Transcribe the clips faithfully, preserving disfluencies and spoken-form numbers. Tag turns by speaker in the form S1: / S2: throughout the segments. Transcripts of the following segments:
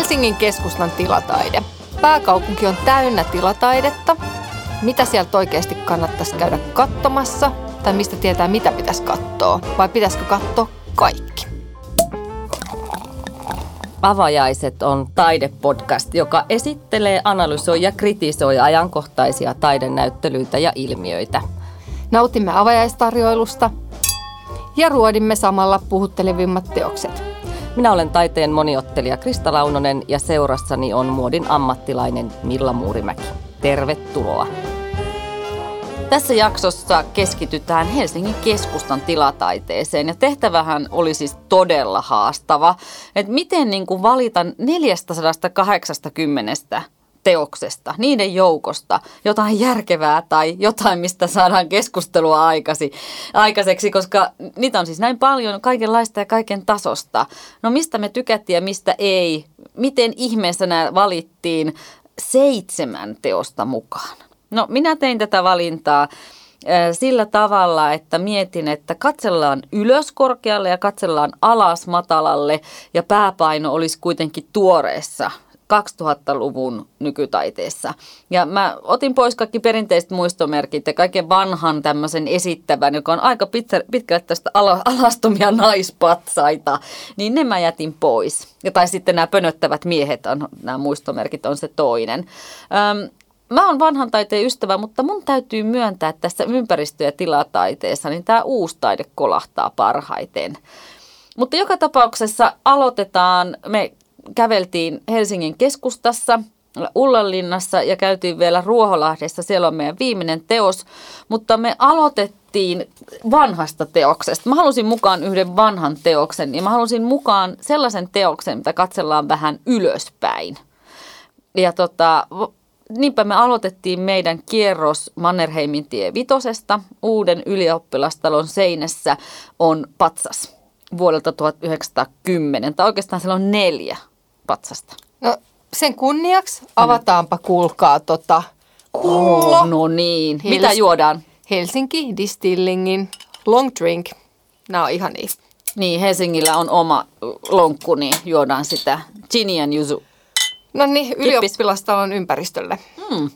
S1: Helsingin keskustan tilataide. Pääkaupunki on täynnä tilataidetta. Mitä sieltä oikeasti kannattaisi käydä katsomassa? Tai mistä tietää, mitä pitäisi katsoa? Vai pitäisikö katsoa kaikki?
S2: Avajaiset on taidepodcast, joka esittelee, analysoi ja kritisoi ajankohtaisia taidenäyttelyitä ja ilmiöitä.
S1: Nautimme avajaistarjoilusta ja ruodimme samalla puhuttelevimmat teokset.
S2: Minä olen taiteen moniottelija Krista Launonen ja seurassani on muodin ammattilainen Milla Muurimäki. Tervetuloa! Tässä jaksossa keskitytään Helsingin keskustan tilataiteeseen ja tehtävähän oli siis todella haastava, että miten niin kuin valita neljäsataakahdeksankymmentä teoksesta, niiden joukosta, jotain järkevää tai jotain, mistä saadaan keskustelua aikasi, aikaiseksi, koska niitä on siis näin paljon kaikenlaista ja kaiken tasosta. No mistä me tykättiin ja mistä ei? Miten ihmeessä nämä valittiin seitsemän teosta mukaan? No minä tein tätä valintaa sillä tavalla, että mietin, että katsellaan ylös korkealle ja katsellaan alas matalalle ja pääpaino olisi kuitenkin tuoreessa kaksituhattaluvun nykytaiteessa. Ja mä otin pois kaikki perinteiset muistomerkit ja kaiken vanhan tämmöisen esittävän, joka on aika pitkä, pitkälle tästä alastomia naispatsaita, niin ne mä jätin pois. Ja tai sitten nämä pönöttävät miehet, on, nämä muistomerkit on se toinen. Öm, Mä oon vanhan taiteen ystävä, mutta mun täytyy myöntää, että tässä ympäristö- ja tilataiteessa niin tämä uusi taide kolahtaa parhaiten. Mutta joka tapauksessa aloitetaan, me käveltiin Helsingin keskustassa, Ullanlinnassa ja käytiin vielä Ruoholahdessa, siellä on meidän viimeinen teos, mutta me aloitettiin vanhasta teoksesta. Mä halusin mukaan yhden vanhan teoksen ja mä halusin mukaan sellaisen teoksen, mitä katsellaan vähän ylöspäin. Ja tota... Niinpä me aloitettiin meidän kierros Mannerheimin tie vitosesta. Uuden ylioppilastalon seinässä on patsas vuodelta tuhatyhdeksänsataakymmenen. Tai oikeastaan siellä on neljä patsasta.
S1: No sen kunniaksi avataanpa, kuulkaa, tota pullo.
S2: Oh, no niin. Hels- Mitä juodaan?
S1: Helsinki Distillingin long drink. Nämä on ihan niin.
S2: Niin, Helsingillä on oma lonkku, niin juodaan sitä gin and yuzu.
S1: No niin, ylioppilastalon ympäristölle.
S2: Hmm.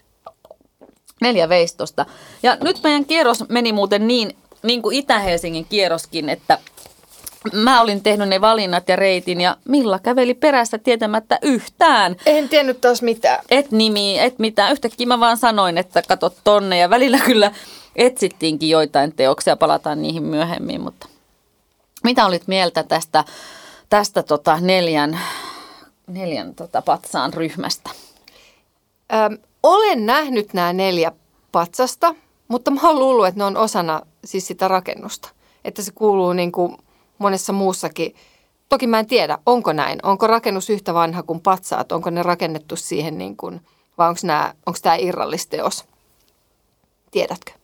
S2: Neljä veistosta. Ja nyt meidän kierros meni muuten niin, niin kuin Itä-Helsingin kierroskin, että mä olin tehnyt ne valinnat ja reitin ja Milla käveli perässä tietämättä yhtään.
S1: En tiennyt taas mitään.
S2: Et nimiä, et mitään. Yhtäkkiä mä vaan sanoin, että kato tonne ja välillä kyllä etsittiinkin joitain teoksia, palataan niihin myöhemmin. Mutta mitä olit mieltä tästä, tästä tota neljän... neljän tota, patsaan ryhmästä?
S1: Öm, olen nähnyt nämä neljä patsasta, mutta mä oon luullut, että ne on osana siis sitä rakennusta. Että se kuuluu niin kuin monessa muussakin. Toki mä en tiedä, onko näin. Onko rakennus yhtä vanha kuin patsaat? Onko ne rakennettu siihen, niin kuin, vai onko, nämä, onko tämä irrallisteos? Tiedätkö?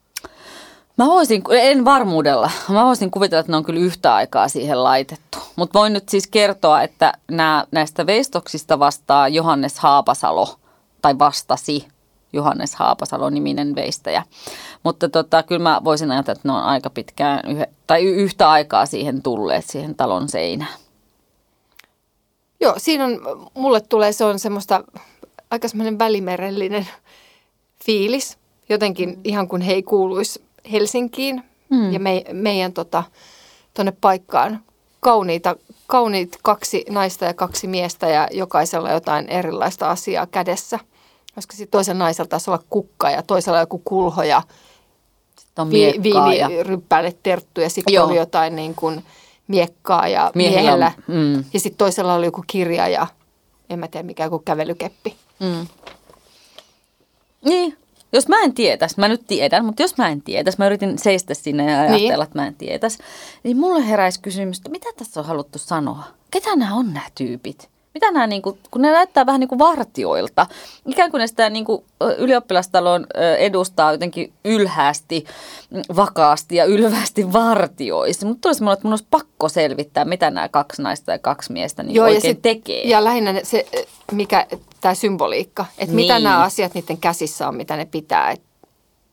S2: Mä voisin, en varmuudella, mä voisin kuvitella, että ne on kyllä yhtä aikaa siihen laitettu. Mutta voin nyt siis kertoa, että nämä, näistä veistoksista vastaa Johannes Haapasalo, tai vastasi Johannes Haapasalo-niminen veistäjä. Mutta tota, kyllä mä voisin ajatella, että ne on aika pitkään, yhe, tai yhtä aikaa siihen tulleet, siihen talon seinään.
S1: Joo, siinä on, mulle tulee, se on semmoista aika semmoinen välimerellinen fiilis. Jotenkin mm. ihan kuin he ei kuuluisi Helsinkiin mm. ja me, meidän tota, tuonne paikkaan. Kauniita, kauniit kaksi naista ja kaksi miestä ja jokaisella jotain erilaista asiaa kädessä. Koska sitten toisen naisella taisi olla kukka ja toisella joku kulho ja vi, viiniryppäälle terttu ja sitten oli jotain niin kuin miekkaa ja miehellä. miehellä. Mm. Ja sitten toisella oli joku kirja ja en mä tiedä mikä joku kävelykeppi.
S2: Mm. Niin. Jos mä en tietäisi, mä nyt tiedän, mutta jos mä en tietäisi, mä yritin seistä sinne ja ajatella, niin. että mä en tietäisi, niin mulle heräisi kysymys, että mitä tässä on haluttu sanoa? Ketä nämä on nämä tyypit? Mitä nämä, niin kuin, kun ne näyttää vähän niin kuin vartijoilta, ikään kuin ne sitä niin kuin ylioppilastalon edustaa jotenkin ylhäästi, vakaasti ja ylvästi vartioisi. Mutta tulisi mulle, että mun olisi pakko selvittää, mitä nämä kaksi naista ja kaksi miestä niin Joo, oikein ja sit, tekee.
S1: Ja lähinnä se, mikä tämä symboliikka, että niin. mitä nämä asiat niiden käsissä on, mitä ne pitää. Et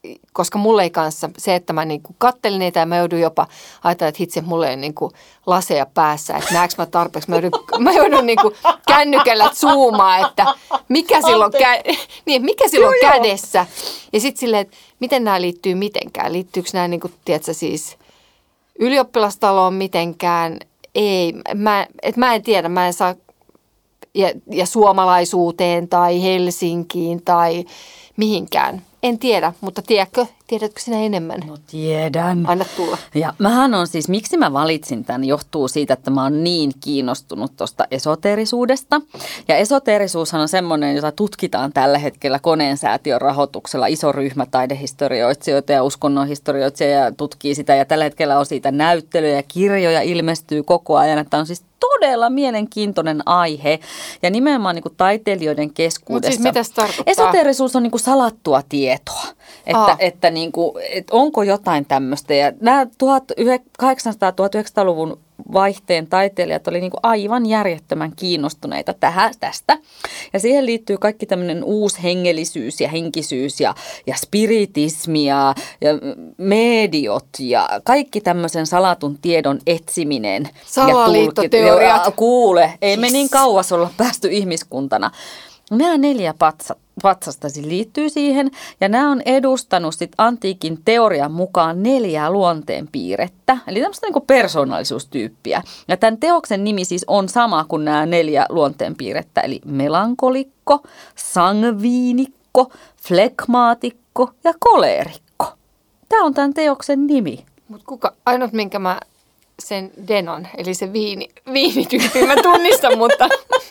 S1: koska mulle ei kanssa se, että mä niinku kattelin niitä ja mä joudun jopa ajatella, että hitse, mulle ei niinku laseja päässä, että näekö mä tarpeeksi. Mä joudun, mä joudun niinku kännykällä zoomaa, että mikä silloin, kä- niin, mikä silloin joo, kädessä. Joo. Ja sitten silleen, että miten nämä liittyy mitenkään. Liittyykö nämä, niinku, tiedätkö, siis ylioppilastaloon mitenkään? Ei, mä, et mä en tiedä, mä en saa, ja, ja suomalaisuuteen tai Helsinkiin tai mihinkään. En tiedä, mutta tiedätkö, tiedätkö sinä enemmän?
S2: No tiedän.
S1: Anna tulla.
S2: Ja mähän on siis, miksi mä valitsin tämän, johtuu siitä, että mä oon niin kiinnostunut tuosta esoteerisuudesta. Ja esoteerisuushan on semmoinen, jota tutkitaan tällä hetkellä Koneen säätiön rahoituksella. Iso ryhmä taidehistorioitsijoita ja uskonnonhistorioitsijoita tutkii sitä. Ja tällä hetkellä on siitä näyttelyjä ja kirjoja ilmestyy koko ajan, että on siis todella mielenkiintoinen aihe ja nimenomaan niin kuin taiteilijoiden keskuudessa.
S1: Mutta siis mitä se tarkoittaa?
S2: Esoteerisuus on niin kuin salattua tietoa, että, että, niin kuin, että onko jotain tämmöistä. Ja nämä tuhatkahdeksansataa-tuhatyhdeksänsataaluvun vaihteen taiteilijat oli niin kuin aivan järjettömän kiinnostuneita tähän, tästä. Ja siihen liittyy kaikki tämmöinen uusi hengellisyys ja henkisyys ja, ja spiritismi ja, ja mediot ja kaikki tämmöisen salatun tiedon etsiminen.
S1: Salaliittoteoriat.
S2: Ja kuule, ei yes. me niin kauas olla päästy ihmiskuntana. Nämä neljä patsat, patsasta liittyy siihen ja nämä on edustanut sit antiikin teorian mukaan neljää luonteenpiirrettä, eli tämmöistä niinku persoonallisuustyyppiä. Ja tämän teoksen nimi siis on sama kuin nämä neljä luonteenpiirrettä, eli melankolikko, sangviinikko, flegmaatikko ja koleerikko. Tämä on tämän teoksen nimi.
S1: Mutta kuka, ainut minkä mä sen Denon, eli se viini, viinityyppi, mä tunnistan, mutta...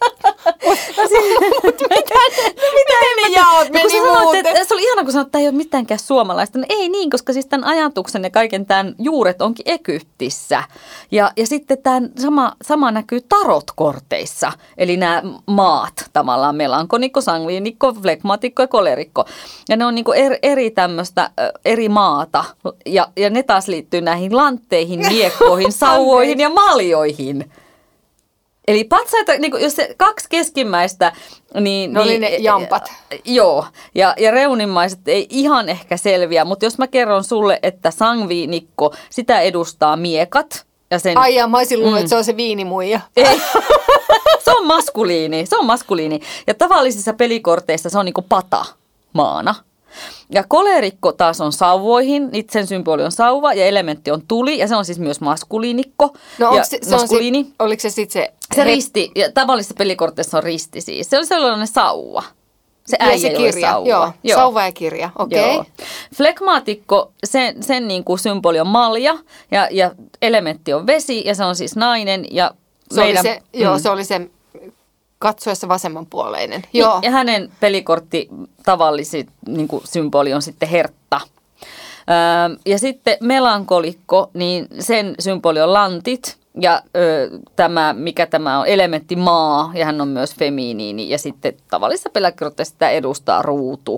S2: No
S1: mutta mitä, no miten ne jaot meni muuten?
S2: Se oli ihana, kun sanoit, että tämä ei ole mitenkään suomalaista. No ei niin, koska siis tämän ajatuksen ja kaiken tämän juuret onkin Egyptissä. Ja, ja sitten tämä sama, sama näkyy tarotkorteissa, eli nämä maat tavallaan, melankonikko, sangviinikko, flegmatikko ja kolerikko. Ja ne on niin kuin eri, eri tämmöistä, eri maata. Ja, ja ne taas liittyy näihin lantteihin, miekkoihin, sauvoihin ja maljoihin. Eli patsaita, niin jos se kaksi keskimmäistä, niin...
S1: Ne oli ne jampat.
S2: Joo, ja, ja reunimmaiset ei ihan ehkä selviä, mutta jos mä kerron sulle, että sangviinikko, sitä edustaa miekat. Ja sen,
S1: ai ja mä olisin luullut, mm. että se on se viinimuija.
S2: Ei, se on maskuliini, se on maskuliini. Ja tavallisissa pelikorteissa se on niin kuin pata maana. Ja kolerikko taas on sauvoihin, sen symboli on sauva ja elementti on tuli ja se on siis myös maskuliinikko.
S1: No
S2: ja
S1: se, se maskuliini. On sit, oliko se sitten se?
S2: Se risti, ja tavallisessa pelikorteissa on risti siis. Se oli sellainen sauva. Se äijä,
S1: se kirja,
S2: sauva.
S1: Joo, joo. Sauva ja kirja, okei. Okay.
S2: Flegmaatikko, sen, sen niin kuin symboli on malja ja, ja elementti on vesi ja se on siis nainen. Ja
S1: se meidän, oli se, mm. Joo, se oli se... Katsoessa vasemmanpuoleinen. Joo.
S2: Ja hänen pelikortti tavallisi niin kuin symboli on sitten hertta. Öö, ja sitten melankolikko, niin sen symboli on lantit. Ja öö, tämä, mikä tämä on, elementti maa, ja hän on myös feminiini. Ja sitten tavallisessa pelikortissa sitä edustaa ruutu.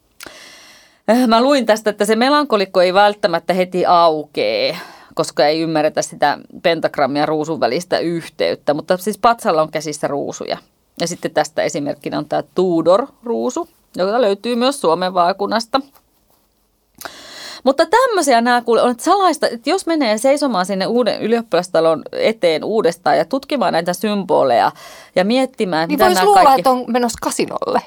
S2: Öö, mä luin tästä, että se melankolikko ei välttämättä heti aukee, koska ei ymmärretä sitä pentagrammin ja ruusun välistä yhteyttä. Mutta siis patsalla on käsissä ruusuja. Ja sitten tästä esimerkkinä on tämä Tudor-ruusu, joka löytyy myös Suomen vaakunasta. Mutta tämmöisiä nämä kuule on, että salaista, että jos menee seisomaan sinne uuden ylioppilastalon eteen uudestaan ja tutkimaan näitä symboleja ja miettimään,
S1: niin
S2: mitä nämä
S1: luulla,
S2: kaikki...
S1: että on menossa kasinolle.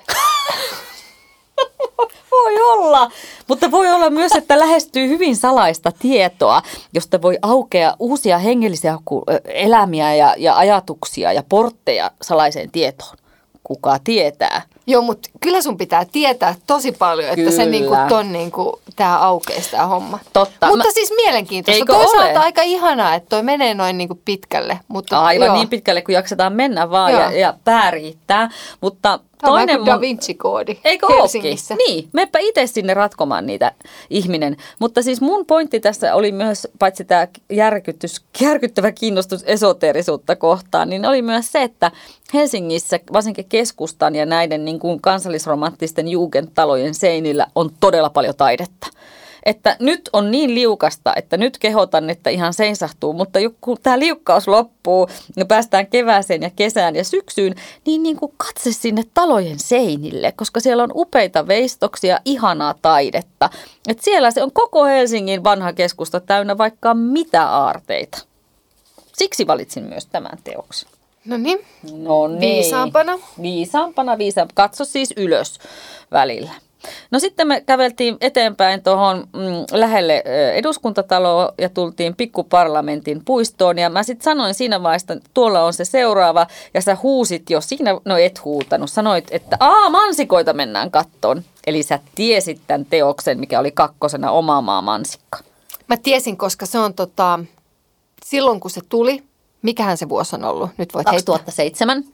S2: Voi olla, mutta voi olla myös, että lähestyy hyvin salaista tietoa, josta voi aukea uusia hengellisiä elämiä ja, ja ajatuksia ja portteja salaiseen tietoon. Kuka tietää?
S1: Joo, mutta kyllä sun pitää tietää tosi paljon, että se niinku ton niinku, tää aukeisi tää homma.
S2: Totta.
S1: Mutta
S2: Mä...
S1: siis mielenkiintoista.
S2: Eikö
S1: toisaalta
S2: ole?
S1: Aika ihanaa, että toi menee noin niinku pitkälle. Mutta,
S2: aivan
S1: joo.
S2: niin pitkälle, kun jaksetaan mennä vaan ja, ja pää riittää. Mutta
S1: tämä on kuin Da Vinci-koodi
S2: Eikö
S1: Helsingissä.
S2: Ookin? Niin, meppä itse sinne ratkomaan niitä ihminen. Mutta siis mun pointti tässä oli myös, paitsi tämä järkyttävä kiinnostus esoteerisuutta kohtaan, niin oli myös se, että Helsingissä, varsinkin keskustan ja näiden niin kuin kansallisromanttisten jugendtalojen seinillä on todella paljon taidetta. että nyt on niin liukasta, että nyt kehotan, että ihan seisahtuu, mutta kun tämä liukkaus loppuu ja päästään kevääseen ja kesään ja syksyyn, niin, niin kuin katse sinne talojen seinille, koska siellä on upeita veistoksia, ihanaa taidetta. Että siellä se on koko Helsingin vanha keskusta täynnä vaikka mitä aarteita. Siksi valitsin myös tämän teoksen.
S1: No niin,
S2: no niin.
S1: Viisaampana.
S2: Viisaampana, viisaampana. Katso siis ylös välillä. No sitten me käveltiin eteenpäin tuohon mm, lähelle eduskuntataloa ja tultiin pikkuparlamentin puistoon. Ja mä sitten sanoin siinä vaiheessa, että tuolla on se seuraava. Ja sä huusit jo siinä, no et huutanut, sanoit, että aa, mansikoita mennään kattoon. Eli sä tiesit tämän teoksen, mikä oli kakkosena Oma maa mansikka.
S1: Mä tiesin, koska se on tota, silloin kun se tuli, mikähän se vuosi on ollut? Nyt voit
S2: kaksituhattaseitsemän.
S1: Heittää.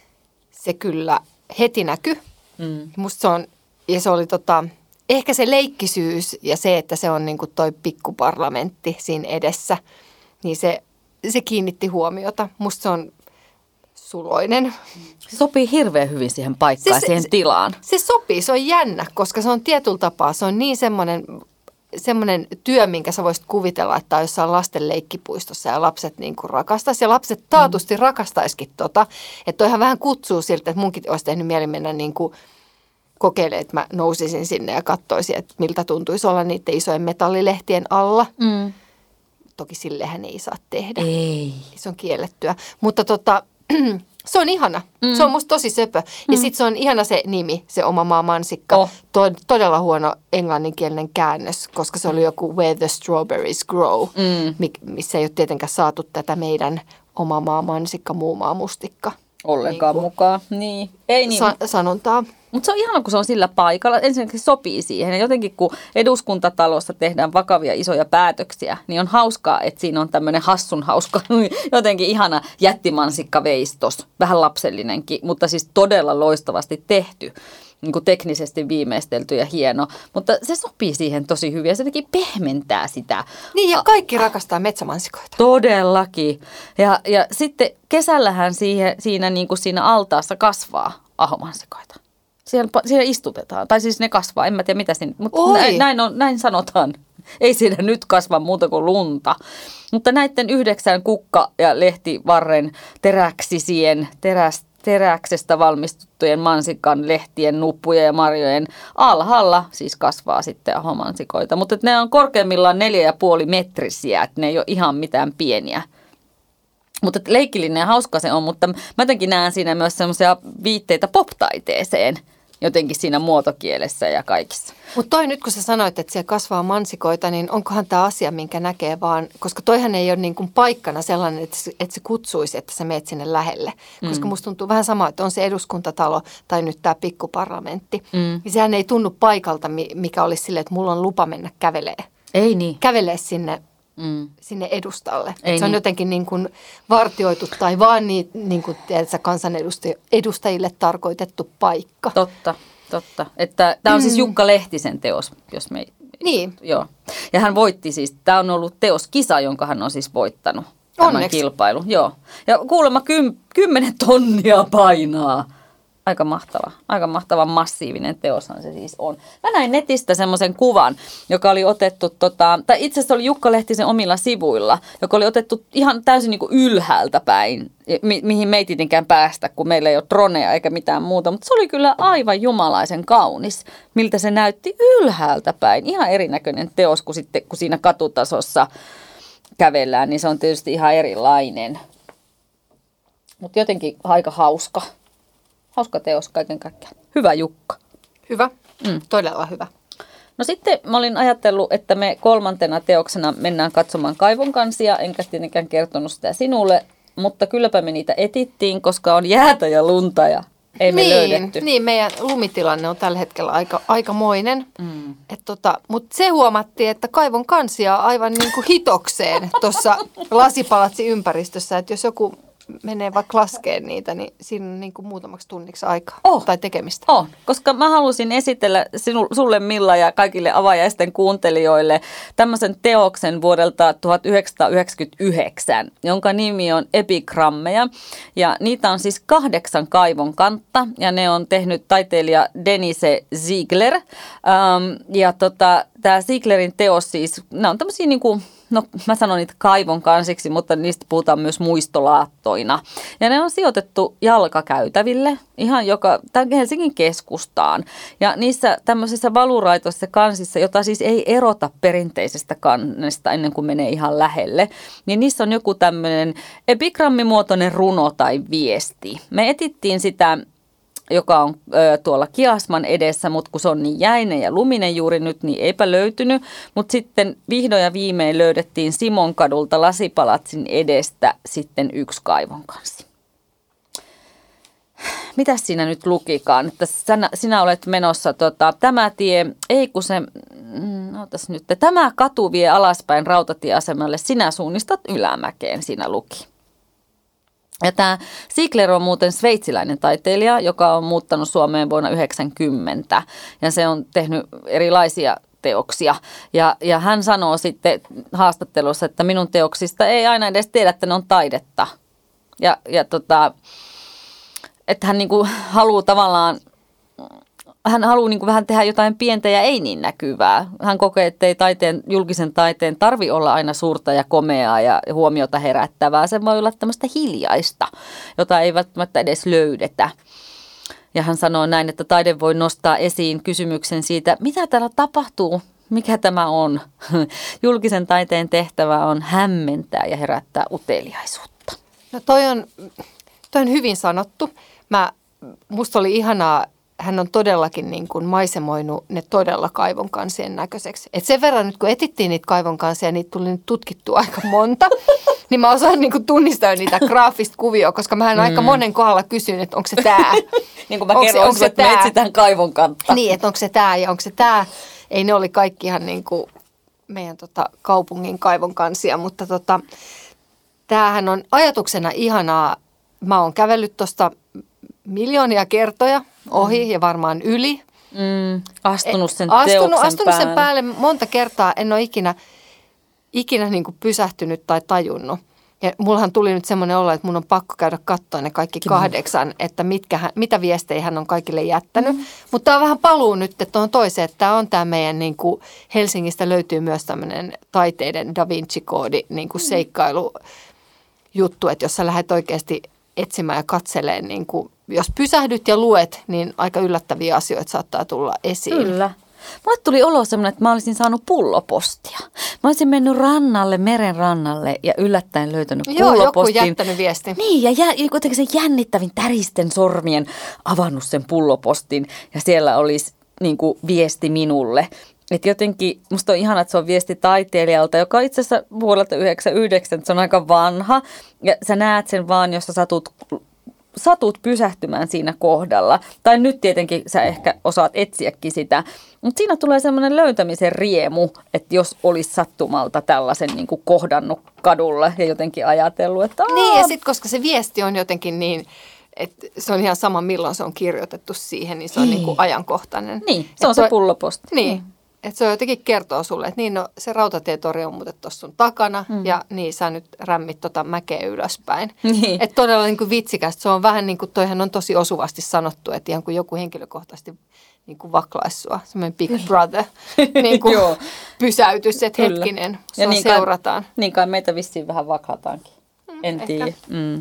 S1: Se kyllä heti näkyi. Mm. Musta se on, ja se oli tota, ehkä se leikkisyys ja se, että se on niin kuin toi pikkuparlamentti siinä edessä, niin se, se kiinnitti huomiota. Musta se on suloinen.
S2: Se sopii hirveän hyvin siihen paikkaan, se, siihen
S1: se,
S2: tilaan.
S1: Se sopii, se on jännä, koska se on tietyllä tapaa, se on niin semmoinen semmoinen työ, minkä sä voisit kuvitella, että on jossain lasten leikkipuistossa ja lapset niin kuin rakastaisi. Ja lapset taatusti mm. rakastaisikin tota. Että toihan vähän kutsuu siltä, että munkin olisi tehnyt mieli mennä niin kuin kokeilemaan, että mä nousisin sinne ja katsoisin, että miltä tuntuisi olla niiden isojen metallilehtien alla. Mm. Toki sillehän ei saa tehdä.
S2: Ei.
S1: Se on kiellettyä. Mutta tota, se on ihana. Mm. Se on musta tosi söpö. Mm. Ja sitten se on ihana se nimi, se Oma maa mansikka. Oh. To- todella huono englanninkielinen käännös, koska se oli joku Where the Strawberries Grow, mm. missä ei ole tietenkään saatu tätä meidän Oma maa mansikka, muu maa mustikka.
S2: Ollenkaan niin mukaan. Niin. Ei niin.
S1: Sa- sanontaa.
S2: Mutta se on ihana, kun se on sillä paikalla. Ensinnäkin se sopii siihen. Ja jotenkin kun eduskuntatalossa tehdään vakavia isoja päätöksiä, niin on hauskaa, että siinä on tämmöinen hassun hauska, jotenkin ihana jättimansikkaveistos. Vähän lapsellinenkin, mutta siis todella loistavasti tehty. Niin kuin teknisesti viimeistelty ja hieno. Mutta se sopii siihen tosi hyvin ja se jotenkin pehmentää sitä.
S1: Niin ja kaikki rakastaa metsämansikoita.
S2: Todellakin. Ja, ja sitten kesällähän siihen, siinä, niin kuin siinä altaassa kasvaa ahomansikoita. Siellä, siellä istutetaan. Tai siis ne kasvaa, en mä tiedä mitä siinä, mutta näin, näin, on, näin sanotaan. Ei siinä nyt kasva muuta kuin lunta. Mutta näiden yhdeksän kukka- ja lehtivarren teräksisien, teräs, teräksestä valmistuttujen mansikan lehtien, nuppujen ja marjojen alhaalla siis kasvaa sitten ahomansikoita. Mutta ne on korkeimmillaan neljä ja puoli metrisiä, että ne ei ole ihan mitään pieniä. Mutta leikillinen ja hauska se on, mutta mä jotenkin näen siinä myös semmoisia viitteitä pop-taiteeseen jotenkin siinä muotokielessä ja kaikissa.
S1: Mutta toi nyt kun sä sanoit, että siellä kasvaa mansikoita, niin onkohan tämä asia, minkä näkee vaan, koska toihan ei ole niin kuin paikkana sellainen, että se, että se kutsuisi, että sä meet sinne lähelle. Koska mm. musta tuntuu vähän sama, että on se eduskuntatalo tai nyt tämä pikkuparlamentti. Mm. Ja sehän ei tunnu paikalta, mikä olisi silleen, että mulla on lupa mennä kävelee.
S2: Ei niin.
S1: Kävelee sinne. Mm. sinne edustalle. Se on
S2: niin.
S1: jotenkin niin kuin vartioitu tai vaan niin, niin kuin tiedätkö, kansanedustajille tarkoitettu paikka.
S2: Totta, totta. Että tämä on siis Jukka Lehtisen teos, jos me...
S1: Niin.
S2: Joo. Ja hän voitti siis, tämä on ollut teoskisa, jonka hän on siis voittanut. Tämän
S1: Onneksi.
S2: Kilpailun. Joo. Ja kuulemma kym, kymmenen tonnia painaa. Aika mahtava, aika mahtava massiivinen teoshan se siis on. Mä näin netistä semmoisen kuvan, joka oli otettu, tota, tai itse asiassa oli Jukka Lehtisen omilla sivuilla, joka oli otettu ihan täysin niin kuin ylhäältä päin, mi- mihin me ei tietenkään päästä, kun meillä ei ole droneja eikä mitään muuta. Mutta se oli kyllä aivan jumalaisen kaunis, miltä se näytti ylhäältä päin. Ihan erinäköinen teos, kun, sitten, kun siinä katutasossa kävellään, niin se on tietysti ihan erilainen. Mutta jotenkin aika hauska. Hauska teos kaiken kaikkiaan. Hyvä Jukka.
S1: Hyvä. Mm. Todella hyvä.
S2: No sitten mä olin ajatellut, että me kolmantena teoksena mennään katsomaan Kaivonkansia. Enkä tietenkään kertonut sitä sinulle, mutta kylläpä me niitä etittiin, koska on jäätä ja lunta ja ei me
S1: niin,
S2: löydetty.
S1: Niin, meidän lumitilanne on tällä hetkellä aika, aikamoinen. Mm. Tota, mutta se huomattiin, että Kaivonkansia aivan niin kuin hitokseen tuossa Lasipalatsin ympäristössä, että jos joku menee vaikka laskeen niitä, niin siinä on niin kuin muutamaksi tunniksi aikaa
S2: oh,
S1: tai tekemistä.
S2: On, koska mä halusin esitellä sinu, sulle Milla ja kaikille avajaisten kuuntelijoille tämmöisen teoksen vuodelta tuhatyhdeksänsataayhdeksänkymmentäyhdeksän, jonka nimi on Epigrammeja. Ja niitä on siis kahdeksan kaivon kantta ja ne on tehnyt taiteilija Denise Ziegler. Ähm, ja tota, tämä Zieglerin teos siis, nämä on tämmöisiä niin kuin, no mä sanon niitä kaivon kansiksi, mutta niistä puhutaan myös muistolaattoina. Ja ne on sijoitettu jalkakäytäville ihan joka, Helsingin keskustaan. Ja niissä tämmöisissä valuraitoissa kansissa, jota siis ei erota perinteisestä kannesta ennen kuin menee ihan lähelle, niin niissä on joku tämmöinen epigrammimuotoinen runo tai viesti. Me etittiin sitä, joka on ö, tuolla Kiasman edessä, mutta kun se on niin jäinen ja luminen juuri nyt, niin eipä löytynyt. Mutta sitten vihdoin ja viimein löydettiin Simonkadulta Lasipalatsin edestä sitten yksi kaivonkansi. Mitäs siinä nyt lukikaan? Että sinä, sinä olet menossa, tota, tämä tie, ei kun se, mm, ootas nyt, tämä katu vie alaspäin rautatieasemalle, sinä suunnistat ylämäkeen, siinä luki. Ja tämä Ziegler on muuten sveitsiläinen taiteilija, joka on muuttanut Suomeen vuonna yhdeksänkymmentä ja se on tehnyt erilaisia teoksia. Ja, ja hän sanoo sitten haastattelussa, että minun teoksista ei aina edes tiedä, että ne on taidetta. Ja, ja tota, että hän niinku haluaa tavallaan, hän haluaa niinku vähän tehdä jotain pientä ja ei niin näkyvää. Hän kokee, että ei taiteen, julkisen taiteen tarvi olla aina suurta ja komeaa ja huomiota herättävää. Se voi olla tämmöistä hiljaista, jota ei välttämättä edes löydetä. Ja hän sanoo näin, että taide voi nostaa esiin kysymyksen siitä, mitä täällä tapahtuu, mikä tämä on. Julkisen taiteen tehtävä on hämmentää ja herättää uteliaisuutta.
S1: No toi on, toi on hyvin sanottu. Mä, musta oli ihanaa. Hän on todellakin niin kuin maisemoinut ne todella kaivonkansien näköiseksi. Et sen verran nyt kun etittiin niitä kaivonkansia, niitä tuli nyt tutkittua aika monta, niin mä osaan niin kuin tunnistaa niitä graafista kuvioa, koska mä mm. aika monen kohdalla kysyn, että onko se tää.
S2: Niin kuin mä kerron, onko, onko se, että me etsitään kaivonkantta.
S1: Niin, että onko se tää ja onko se tää. Ei ne oli kaikki ihan niin kuin meidän tota kaupungin kaivonkansia, mutta tota, tämähän on ajatuksena ihanaa. Mä oon kävellyt tuosta miljoonia kertoja ohi mm. ja varmaan yli.
S2: Mm, astunut sen
S1: astunut,
S2: teoksen
S1: astunut
S2: päälle.
S1: sen päälle monta kertaa. En ole ikinä, ikinä niin kuin pysähtynyt tai tajunnut. Ja mullahan tuli nyt semmoinen olo, että mun on pakko käydä katsoa ne kaikki kahdeksan, että mitkä hän, mitä viestejä hän on kaikille jättänyt. Mm. Mutta tämä on vähän paluu nyt tuohon toiseen, että tämä on tämä meidän niin kuin Helsingistä löytyy myös tämmöinen taiteiden Da Vinci-koodi niin kuin seikkailujuttu, että jos sä lähdet oikeasti etsimään ja katseleen, niin kuin, jos pysähdyt ja luet, niin aika yllättäviä asioita saattaa tulla esiin.
S2: Kyllä. Mulle tuli olo semmoinen, että mä olisin saanut pullopostia. Mä olisin mennyt rannalle, meren rannalle ja yllättäen löytänyt
S1: Joo,
S2: pullopostin.
S1: joku jättänyt viesti.
S2: Niin, ja jä, kuitenkin sen jännittävin täristen sormien avannut sen pullopostin ja siellä olisi niin kuin viesti minulle. Että jotenkin, musta on ihana, että se on viesti taiteilijalta, joka on itse asiassa vuodelta yhdeksänkymmentäyhdeksän, että se on aika vanha. Ja sä näet sen vaan, jos sä satut, satut pysähtymään siinä kohdalla. Tai nyt tietenkin sä ehkä osaat etsiäkin sitä. Mutta siinä tulee semmoinen löytämisen riemu, että jos olisi sattumalta tällaisen niin kuin kohdannut kadulla ja jotenkin ajatellut, että aah.
S1: Niin, ja sitten koska se viesti on jotenkin niin, että se on ihan sama milloin se on kirjoitettu siihen, niin se on niin kuin ajankohtainen.
S2: Niin, se on se pulloposti.
S1: Niin. Että se jotenkin kertoo sulle, että niin no, se rautatietori on muuten tuossa sun takana mm. ja niin sä nyt rämmit tota mäkeä ylöspäin. Niin. Että todella niin kuin vitsikästä. Se on vähän niin kuin, toihan on tosi osuvasti sanottu, että ihan kuin joku henkilökohtaisesti niin kuin vaklaisi sua. Semmoinen big brother niin kuin pysäytys, että hetkinen, sua ja niin seurataan.
S2: Kai, niin kai meitä vissiin vähän vaklataankin. Mm, en tiedä. Mm.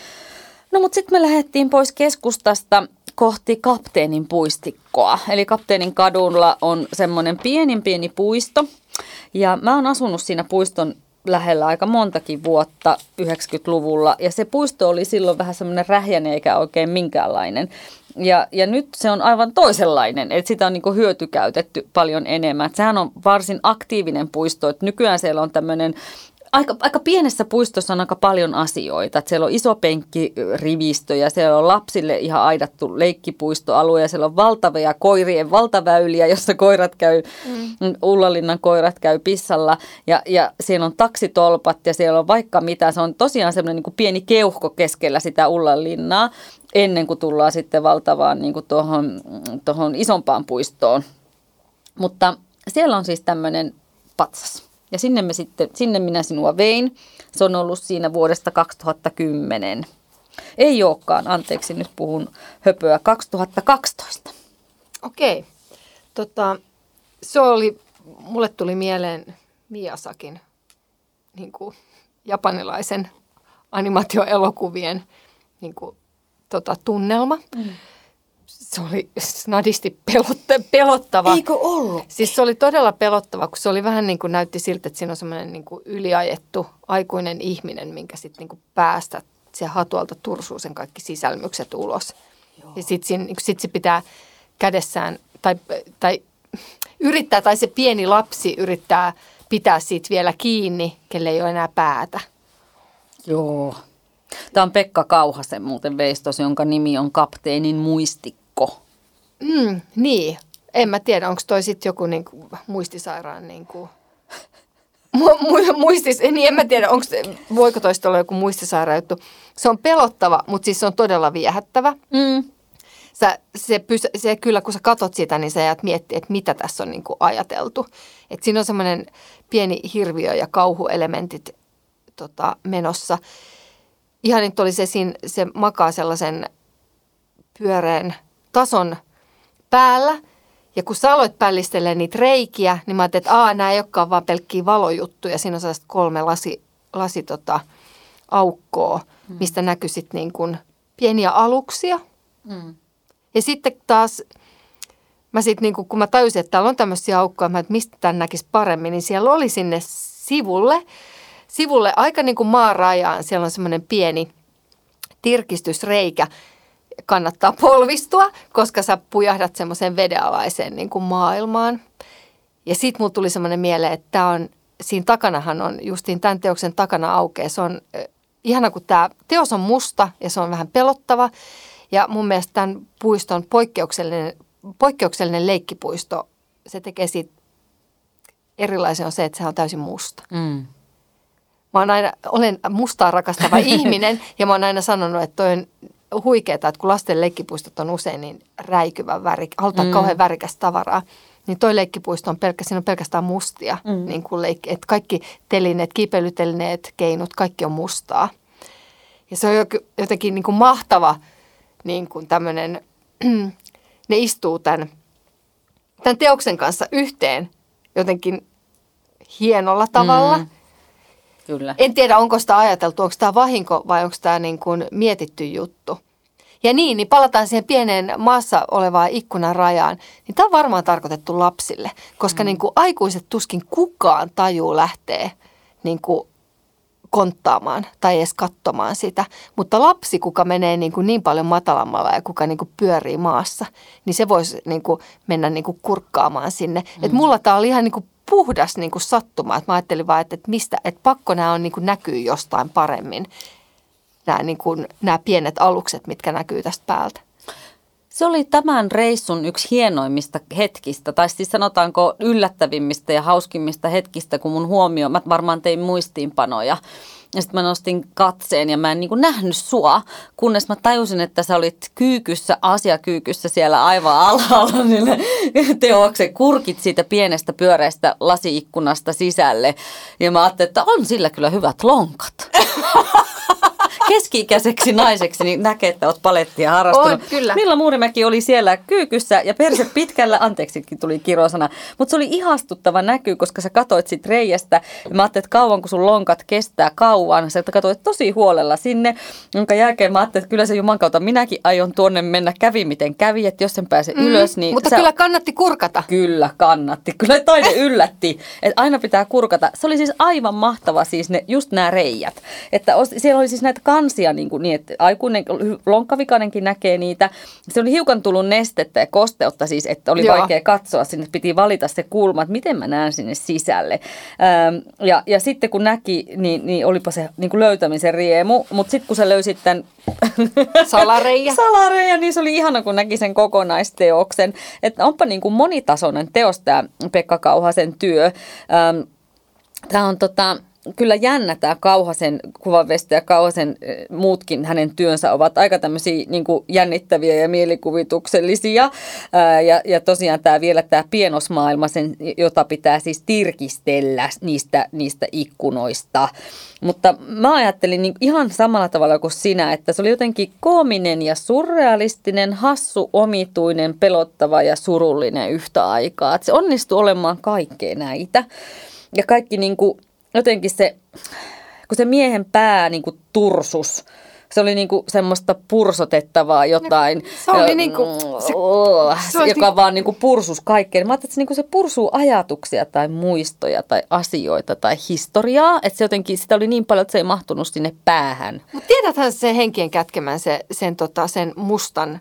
S2: No mutta sitten me lähdettiin pois keskustasta kohti Kapteenin puistikkoa. Eli Kapteenin kadulla on semmoinen pienin pieni puisto. Ja mä oon asunut siinä puiston lähellä aika montakin vuotta yhdeksänkymmentäluvulla. Ja se puisto oli silloin vähän semmoinen rähjäinen eikä oikein minkäänlainen. Ja, ja nyt se on aivan toisenlainen, että sitä on niin kuin hyötykäytetty paljon enemmän. Et sehän on varsin aktiivinen puisto, että nykyään siellä on tämmöinen Aika, aika pienessä puistossa on aika paljon asioita. Että siellä on iso penkkirivistö ja siellä on lapsille ihan aidattu leikkipuistoalue ja siellä on valtavia koirien valtaväyliä, jossa koirat käy, mm. Ullanlinnan koirat käy pissalla ja, ja siellä on taksitolpat ja siellä on vaikka mitä. Se on tosiaan semmoinen niin kuin pieni keuhko keskellä sitä Ullanlinnaa ennen kuin tullaan sitten valtavaan niin kuin tuohon, tuohon isompaan puistoon. Mutta siellä on siis tämmöinen patsas. Ja sinne, me sitten, sinne minä sinua vein. Se on ollut siinä vuodesta kaksituhattakymmenen. Ei olekaan, anteeksi, nyt puhun höpöä, kaksituhattakaksitoista.
S1: Okei. Tota, se oli mulle tuli mieleen Miyazakin niin kuin japanilaisen animaatioelokuvien niin kuin, tota, tunnelma. Mm. Se oli snadisti pelotta, pelottava.
S2: Eikö ollut?
S1: Siis se oli todella pelottava, kun se oli vähän niin kuin näytti siltä, että siinä on semmoinen niin kuin yliajettu aikuinen ihminen, minkä sitten niin kuin päästä se hatualta tursuu sen kaikki sisälmykset ulos. Joo. Ja sitten sit se pitää kädessään, tai, tai yrittää, tai se pieni lapsi yrittää pitää siitä vielä kiinni, kelle ei ole enää päätä.
S2: Joo. Tämä on Pekka Kauhasen muuten veistos, jonka nimi on Kapteenin muistikko.
S1: Mm, niin. En mä tiedä, onko toi sitten joku niinku muistisairaan niinku mu- muistis, niin en mä tiedä, onko, voiko toista olla joku muistisairaan juttu. Se on pelottava, mutta siis se on todella viehättävä. Mm. Sä, se, pysä, se kyllä, kun sä katot sitä, niin sä jäät miettiä, että mitä tässä on niinku ajateltu. Et siinä on semmoinen pieni hirviö- ja kauhuelementit tota, menossa. Ihan nyt oli se, siinä, se makaa sellaisen pyöreän tason päällä. Ja kun sä aloit pällistelemään niitä reikiä, niin mä ajattelin, että aah, nämä ei olekaan vaan pelkkiä valojuttuja. Siinä on sellaiset kolme lasi, lasi tota, aukkoa, mm. mistä näkyi sitten niin kuin pieniä aluksia. Mm. Ja sitten taas, mä sit niin kuin, kun mä tajusin, että täällä on tämmöisiä aukkoja, mä, että mistä tämän näkisi paremmin, niin siellä oli sinne sivulle, sivulle aika niin kuin maarajaan, siellä on semmoinen pieni tirkistysreikä. Kannattaa polvistua, koska sä pujahdat semmoiseen vedenalaiseen niin kuin maailmaan. Ja sit mulla tuli semmoinen mieleen, että tää on, siinä takanahan on, justiin tämän teoksen takana aukeaa. Se on äh, ihana, kun tämä teos on musta ja se on vähän pelottava. Ja mun mielestä tämän puiston poikkeuksellinen, poikkeuksellinen leikkipuisto, se tekee siitä erilaisen on se, että se on täysin musta. Mm. Mä oon aina, olen mustaa rakastava ihminen ja mä oon aina sanonut, että toi on huikeeta, että kun lasten leikkipuistot on usein niin räikyvä väri, halutaan mm. kauhean värikästä tavaraa, niin toi leikkipuisto on, pelkä, siinä on pelkästään mustia. Mm. Niin kuin leikki, että kaikki telineet, kiipeilytelineet, keinut, kaikki on mustaa. Ja se on jotenkin niin kuin mahtava niin kuin tämmöinen, ne istuu tämän, tämän teoksen kanssa yhteen jotenkin hienolla tavalla. Mm.
S2: Kyllä.
S1: En tiedä, onko sitä ajateltu, onko tämä vahinko vai onko tämä niin kuin mietitty juttu. Ja niin, niin palataan siihen pieneen maassa olevaan ikkunan rajaan. Niin tämä on varmaan tarkoitettu lapsille, koska mm. niin kuin aikuiset tuskin kukaan tajuu lähtee niin kuin konttaamaan tai edes katsomaan sitä. Mutta lapsi, kuka menee niin, kuin niin paljon matalammalla ja kuka niin kuin pyörii maassa, niin se voisi niin kuin mennä niin kuin kurkkaamaan sinne. Mm. Että mulla tämä oli ihan niin kuin puhdas niin kuin sattuma. Että mä ajattelin vaan, että, että, mistä, että pakko nämä on niin kuin näkyy jostain paremmin. Nämä, niin kuin, nämä pienet alukset, mitkä näkyy tästä päältä.
S2: Se oli tämän reissun yksi hienoimmista hetkistä, tai siis sanotaanko yllättävimmistä ja hauskimmista hetkistä, kun mun huomio, mä varmaan tein muistiinpanoja. Ja sitten mä nostin katseen ja mä en niin kuin nähnyt sua, kunnes mä tajusin, että sä olit kyykyssä, asiakyykyssä siellä aivan alhaalla niille teoksen kurkit siitä pienestä pyöreästä lasiikkunasta sisälle. Ja mä ajattelin, että on sillä kyllä hyvät lonkat. Keski-ikäiseksi naiseksi niin näkee, että olet palettia harrastanut.
S1: On, kyllä.
S2: Milla Muurimäki oli siellä kyykyssä ja perse pitkällä, anteeksikin tuli kirosana, mutta se oli ihastuttava näky, koska sä katoit sit reiästä ja mä ajattelin, että kauan kun sun lonkat kestää kauan, sä katoit tosi huolella sinne, jonka jälkeen mä ajattelin, että kyllä se juman kautta minäkin aion tuonne mennä, kävi miten kävi, että jos sen pääse mm, ylös, niin
S1: mutta
S2: sä...
S1: kyllä kannatti kurkata.
S2: Kyllä kannatti, kyllä taide yllätti, että aina pitää kurkata. Se oli siis aivan mahtava siis ne, just nämä reijät, että siellä oli siis näitä kansia niin, kuin niin, että aikuinen lonkkavikainenkin näkee niitä. Se oli hiukan tullut nestettä ja kosteutta siis, että oli Joo. vaikea katsoa sinne. Piti valita se kulma, että miten mä näen sinne sisälle. Ähm, ja, ja sitten kun näki, niin, niin olipa se niin kuin löytämisen riemu. Mutta sitten kun sä löysit tämän
S1: salareija.
S2: salareija, niin se oli ihana, kun näki sen kokonaisteoksen. Että onpa niin kuin monitasoinen teos tämä Pekka Kauhasen työ. Ähm, tämä on tota... kyllä jännä tämä Kauhasen kuvanveistäjä ja Kauhasen muutkin hänen työnsä ovat aika tämmöisiä niin kuin jännittäviä ja mielikuvituksellisia. Ää, ja, ja tosiaan tämä vielä tämä pienosmaailma, sen, jota pitää siis tirkistellä niistä, niistä ikkunoista. Mutta mä ajattelin niin ihan samalla tavalla kuin sinä, että se oli jotenkin koominen ja surrealistinen, hassu, omituinen, pelottava ja surullinen yhtä aikaa. Että se onnistui olemaan kaikkea näitä. Ja kaikki niin kuin, jotenkin se, kun se miehen pää niin kuin tursus, se oli niin kuin semmoista pursotettavaa jotain,
S1: se oli niin kuin, se,
S2: se joka niin, vaan niin kuin pursus kaikkeen. Mä ajattelin, että se, niin kuin se pursuu ajatuksia tai muistoja tai asioita tai historiaa, että se jotenkin, sitä oli niin paljon, että se ei mahtunut sinne päähän.
S1: Mutta tiedäthän se henkien kätkemään se, sen, tota, sen mustan,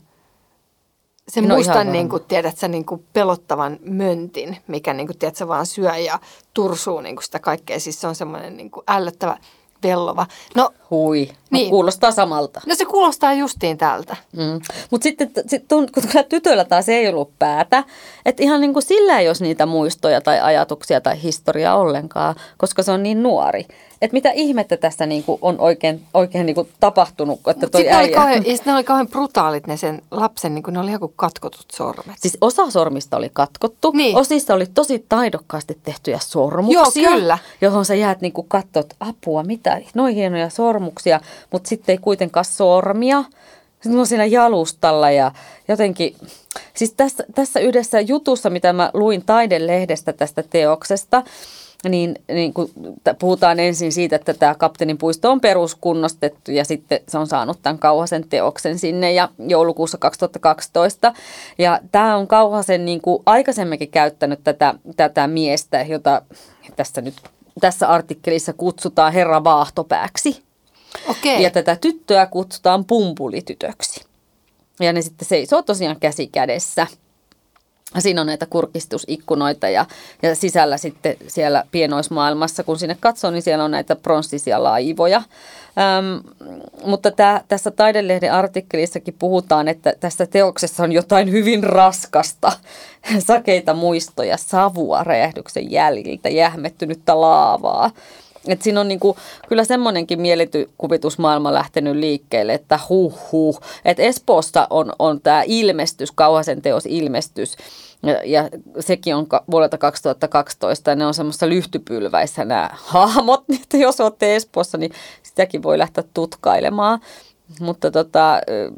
S1: sen no mustan niin kuin, tiedät sä, niin kuin pelottavan möntin, mikä niin kuin, tiedät sä, vaan syö ja tursuu niin kuin sitä kaikkea. Siis se on semmoinen niin kuin ällöttävä vellova. No,
S2: Hui, no,
S1: niin.
S2: Kuulostaa samalta.
S1: No se kuulostaa justiin tältä. Mm.
S2: Mutta sitten sit, kun tytöllä taas ei ollut päätä, että ihan niin kuin sillä ei olisi niitä muistoja tai ajatuksia tai historiaa ollenkaan, koska se on niin nuori. Että mitä ihmettä tässä niinku on oikein, oikein niinku tapahtunut, että toi äijä...
S1: Oli kauhean, ja ne oli kauhean brutaalit ne sen lapsen, niin kuin ne oli ihan kuin katkotut sormet.
S2: Siis osa sormista oli katkottu, niin. Osissa oli tosi taidokkaasti tehtyjä sormuksia.
S1: Joo, kyllä.
S2: Johon sä jäät niinku katsoa, että apua, mitä, noin hienoja sormuksia, mutta sitten ei kuitenkaan sormia. Sitten on siinä jalustalla ja jotenkin... Siis tässä, tässä yhdessä jutussa, mitä mä luin Taidelehdestä tästä teoksesta, Niin, niin kun puhutaan ensin siitä, että tämä Kapteenin puisto on peruskunnostettu ja sitten se on saanut tämän Kauhasen teoksen sinne ja joulukuussa kaksituhattakaksitoista. Ja tämä on Kauhasen niin kuin aikaisemminkin käyttänyt tätä, tätä miestä, jota tässä, nyt, tässä artikkelissa kutsutaan herra vaahtopääksi.
S1: Okei.
S2: Ja tätä tyttöä kutsutaan pumpulitytöksi. Ja ne sitten seisoo tosiaan käsi kädessä. Siinä on näitä kurkistusikkunoita ja, ja sisällä sitten siellä pienoismaailmassa, kun sinne katsoo, niin siellä on näitä pronssisia laivoja. Öm, mutta tää, tässä Taidelehden artikkelissakin puhutaan, että tässä teoksessa on jotain hyvin raskasta, sakeita muistoja, savua räjähdyksen jäljiltä, jähmettynyttä laavaa. Et siinä on niinku, kyllä semmoinenkin mielikuvitusmaailma lähtenyt liikkeelle, että huh huh. Että Espoossa on, on tämä ilmestys, Kauhasen teos ilmestys, ja, ja sekin on vuodelta kaksituhattakaksitoista, ja ne on semmoista lyhtypylväissä nämä hahmot, että jos olette Espoossa, niin sitäkin voi lähteä tutkailemaan. Mutta tota,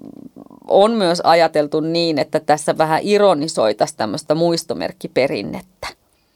S2: on myös ajateltu niin, että tässä vähän ironisoitaisiin tämmöistä muistomerkkiperinnettä.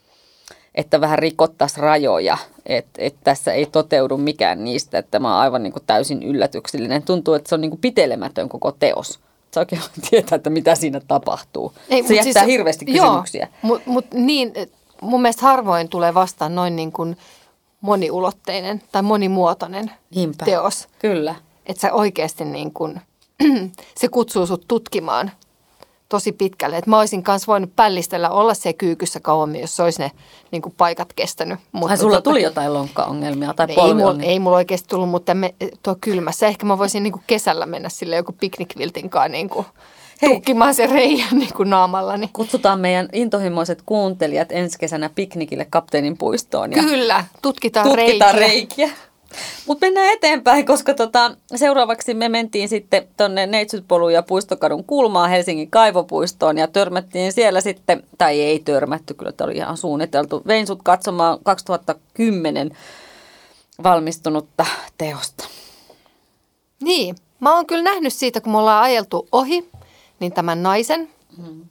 S2: Että vähän rikottaisiin rajoja, että, että tässä ei toteudu mikään niistä, että tämä on aivan niin kuin täysin yllätyksellinen. Tuntuu, että se on niin kuin pitelemätön koko teos. Sä oikein tietää, että mitä siinä tapahtuu. Ei, se jättää siis, hirveästi kysymyksiä.
S1: Joo, mutta mut niin, mun mielestä harvoin tulee vastaan noin niin kuin moniulotteinen tai monimuotoinen Niinpä. teos.
S2: Kyllä.
S1: Että sä oikeasti niin kuin, se kutsuu sut tutkimaan tosi pitkälle. Että mä olisin kanssa voinut pällistellä olla se kyykyssä kauemmin, jos olisi ne niin kuin paikat kestänyt.
S2: Mutta Ai sulla tota, tuli jotain lonkkaongelmia tai polviongelmia?
S1: Ei, ei mulla oikeasti tullut, mutta me, tuo kylmässä. Ehkä mä voisin niin kuin kesällä mennä sille joku piknikviltinkaan niin kuin tukkimaan sen reijän niin kuin naamallani.
S2: Kutsutaan meidän intohimoiset kuuntelijat ensi kesänä piknikille Kapteenin puistoon. Ja
S1: Kyllä, tutkitaan,
S2: tutkitaan
S1: reikiä.
S2: reikiä. Mutta mennään eteenpäin, koska tota, seuraavaksi me mentiin sitten tuonne Neitsytpolun ja Puistokadun kulmaan Helsingin kaivopuistoon ja törmättiin siellä sitten, tai ei törmätty, kyllä tämä oli ihan suunniteltu. Vein sut katsomaan kaksituhattakymmenen valmistunutta teosta.
S1: Niin, mä oon kyllä nähnyt siitä, kun me ollaan ajeltu ohi, niin tämän naisen. Hmm.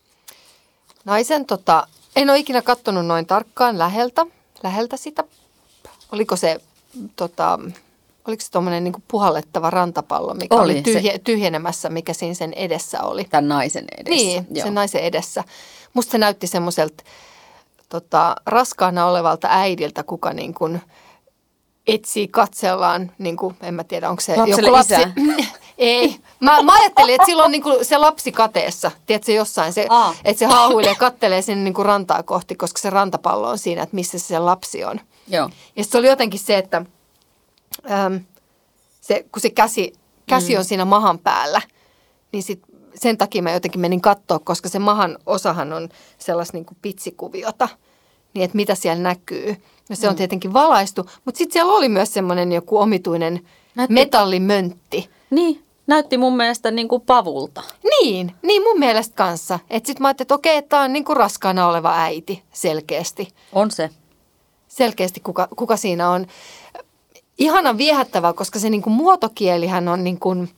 S1: Naisen, tota, en ole ikinä katsonut noin tarkkaan läheltä, läheltä sitä. Oliko se... Tota, oliko se tuommoinen niin kuin puhallettava rantapallo, mikä oli, oli tyhje, tyhjenemässä, mikä siinä sen edessä oli?
S2: Tämän naisen edessä.
S1: Niin, Joo. sen naisen edessä. Musta se näytti semmoiselta tota, raskaana olevalta äidiltä, kuka niin kuin etsii katsellaan, niin kuin, en mä tiedä, onko se
S2: Lapselle
S1: joku lapsi.
S2: isä.
S1: Ei, mä, mä ajattelin, että silloin niin kuin se lapsi kateessa, tiedätkö jossain, se, että se haahuilee, kattelee sinne niin kuin rantaa kohti, koska se rantapallo on siinä, että missä se lapsi on. Joo. Ja se oli jotenkin se, että äm, se, kun se käsi, käsi mm. on siinä mahan päällä, niin sit sen takia mä jotenkin menin katsoa, koska se mahan osahan on sellaista niin kuin pitsikuviota. niin että mitä siellä näkyy. No se on tietenkin valaistu, mutta sitten siellä oli myös semmoinen joku omituinen Näytti... metallimöntti.
S2: Niin, näytti mun mielestä niin kuin pavulta.
S1: Niin, niin mun mielestä kanssa. Että sitten mä ajattelin, että okei, tämä on niin kuin raskaana oleva äiti selkeästi.
S2: On se.
S1: Selkeästi kuka, kuka siinä on. Ihanan viehättävää, koska se niin kuin muotokielihän on niin kuin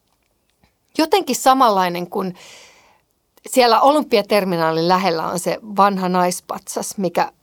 S1: jotenkin samanlainen kuin siellä Olympiaterminaalin lähellä on se vanha naispatsas, mikä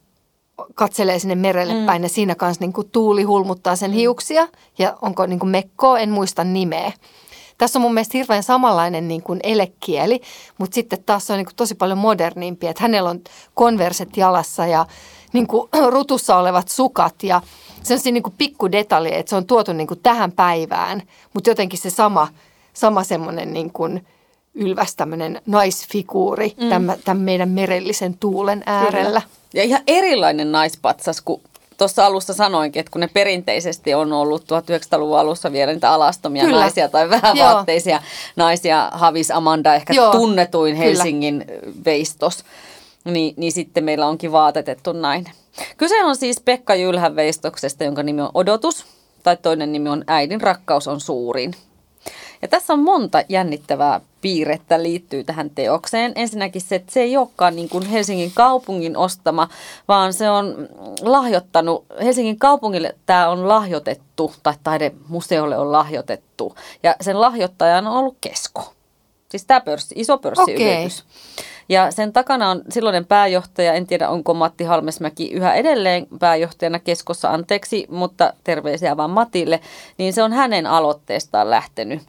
S1: katselee sinne merelle mm. päin ja siinä kanssa niin kuin tuuli hulmuttaa sen hiuksia ja onko niin kuin mekkoa, en muista nimeä. Tässä on mun mielestä hirveän samanlainen niin kuin elekieli, mutta sitten taas on niin kuin tosi paljon modernimpi, että hänellä on konverset jalassa ja niin kuin rutussa olevat sukat ja sellaisia niin kuin pikkudetaljeja, että se on tuotu niin kuin tähän päivään, mutta jotenkin se sama, sama semmoinen niin kuin ylväs tämmöinen naisfiguuri mm. tämän, tämän meidän merellisen tuulen äärellä. Kyllä.
S2: Ja ihan erilainen naispatsas, kun tuossa alussa sanoinkin, että kun ne perinteisesti on ollut tuhatyhdeksänsataaluvun alussa vielä niitä alastomia Kyllä. naisia tai vähävaatteisia Joo. naisia, Havis Amanda ehkä Joo. tunnetuin Helsingin Kyllä. veistos, niin, niin sitten meillä onkin vaatetettu nainen. Kyse on siis Pekka Jylhän veistoksesta, jonka nimi on Odotus, tai toinen nimi on Äidin rakkaus on suurin. Ja tässä on monta jännittävää piirrettä liittyy tähän teokseen. Ensinnäkin se, että se ei olekaan niin kuin Helsingin kaupungin ostama, vaan se on lahjoittanut, Helsingin kaupungille tämä on lahjoitettu, tai taidemuseolle on lahjoitettu. Ja sen lahjoittajana on ollut Kesko. Siis tämä pörssi, iso pörssiyritys. Okay. Ja sen takana on silloinen pääjohtaja, en tiedä onko Matti Halmesmäki yhä edelleen pääjohtajana Keskossa, anteeksi, mutta terveisiä vaan Matille, niin se on hänen aloitteestaan lähtenyt.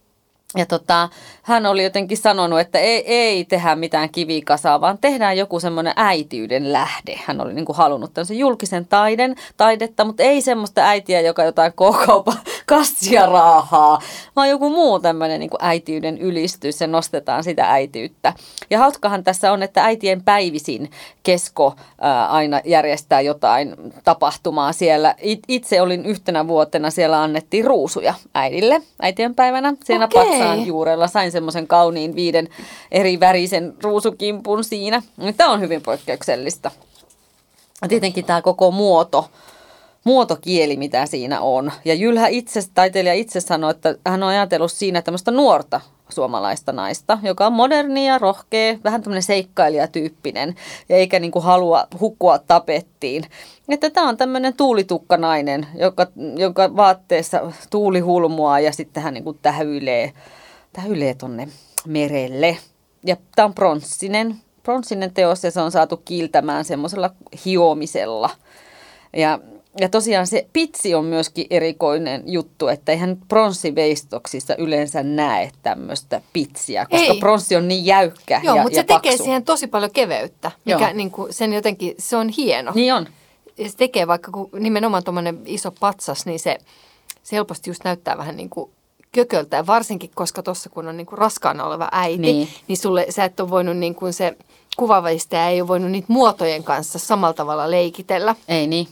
S2: Ja tota, hän oli jotenkin sanonut, että ei, ei tehdä mitään kivikasaa, vaan tehdään joku semmoinen äitiyden lähde. Hän oli niin kuin halunnut tämmöisen julkisen taiden, taidetta, mutta ei semmoista äitiä, joka jotain K-kaupan kassia raahaa, vaan joku muu tämmöinen niin kuin äitiyden ylistys ja nostetaan sitä äitiyttä. Ja hauskahan tässä on, että äitien päivisin Kesko ää, aina järjestää jotain tapahtumaa siellä. Itse olin yhtenä vuotena, siellä annettiin ruusuja äidille äitien päivänä. Siinä okay. patsaan juurella sain semmoisen kauniin viiden eri värisen ruusukimpun siinä. Tämä on hyvin poikkeuksellista. Tietenkin tämä koko muoto. muotokieli, mitä siinä on. Ja Jylhä itse, taiteilija itse sanoi, että hän on ajatellut siinä tämmöistä nuorta suomalaista naista, joka on moderni ja rohkea, vähän tämmöinen seikkailijatyyppinen, eikä niin kuin halua hukkua tapettiin. Että tämä on tämmöinen tuulitukkanainen, joka, jonka vaatteessa tuuli hulmuaa ja sitten hän niin kuin tähyilee, tähyilee tonne merelle. Ja tämä on pronssinen, pronssinen teos ja se on saatu kiiltämään semmoisella hiomisella. Ja Ja tosiaan se pitsi on myöskin erikoinen juttu, että eihän pronssiveistoksissa yleensä näe tämmöistä pitsiä, koska Ei. pronssi on niin jäykkä
S1: Joo,
S2: ja,
S1: mutta
S2: ja
S1: se
S2: paksu.
S1: tekee siihen tosi paljon keveyttä, mikä niin kuin sen jotenkin, se on hieno.
S2: Niin on.
S1: Ja se tekee vaikka kun nimenomaan tuommoinen iso patsas, niin se, se helposti just näyttää vähän niin kuin kököltä. Ja varsinkin, koska tuossa kun on niin kuin raskaana oleva äiti, niin, niin sulle, sä et ole voinut niin kuin se kuvaveistäjä ei ole voinut niitä muotojen kanssa samalla tavalla leikitellä.
S2: Ei niin.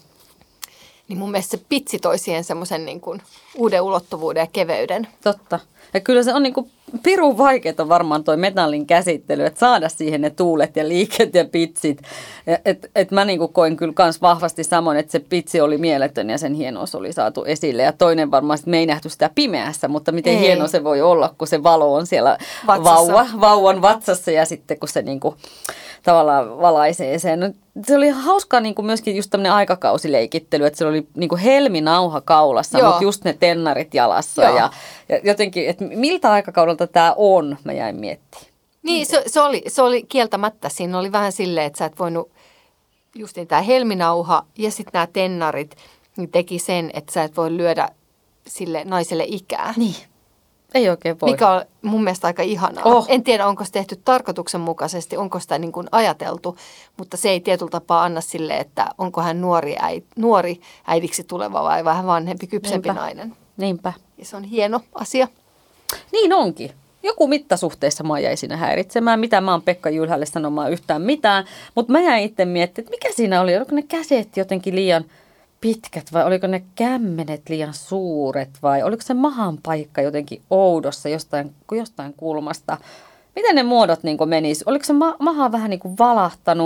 S1: Niin mun mielestä se pitsi toi siihen semmoisen niin kuin uuden ulottuvuuden ja keveyden.
S2: Totta. Ja kyllä se on niin kuin pirun vaikeaa varmaan toi metallin käsittely, että saada siihen ne tuulet ja liiket ja pitsit. Että et mä niin kuin koin kyllä kans vahvasti samoin, että se pitsi oli mieletön ja sen hienous oli saatu esille. Ja toinen varmaan, että me ei nähty sitä pimeässä, mutta miten ei. hieno se voi olla, kun se valo on siellä vauva, vauvan vatsassa ja sitten kun se niin kuin tavallaan valaisee sen. Se oli hauskaa niin kuin myöskin just tämmöinen aikakausileikittely, että se oli niin kuin helminauha kaulassa, Joo. mutta just ne tennarit jalassa. Ja, ja jotenkin, että miltä aikakaudelta tämä on, mä jäin miettimään.
S1: Niin, se, se, oli, se oli kieltämättä. Siinä oli vähän silleen, että sä et voinut, just niin tämä helminauha ja sitten nämä tennarit niin teki sen, että sä et voi lyödä sille naiselle ikää.
S2: Niin. Ei oikein voi.
S1: Mikä on mun mielestä aika ihanaa. Oh. En tiedä, onko se tehty tarkoituksenmukaisesti, onko sitä niin kuin ajateltu, mutta se ei tietyllä tapaa anna sille, että onko hän nuori, äid, nuori äidiksi tuleva vai vähän vanhempi, kypsempi Niinpä. nainen.
S2: Niinpä.
S1: Ja se on hieno asia.
S2: Niin onkin. Joku mittasuhteessa mä jäin siinä häiritsemään, mitä mä oon Pekka Jylhälle sanomaan yhtään mitään, mutta mä jäin itse miettimään, että mikä siinä oli, oliko ne käset jotenkin liian pitkät vai oliko ne kämmenet liian suuret vai oliko se mahan paikka jotenkin oudossa jostain, jostain kulmasta. Miten ne muodot niin menis? Oliko se ma- maha vähän niin kuin valahtanut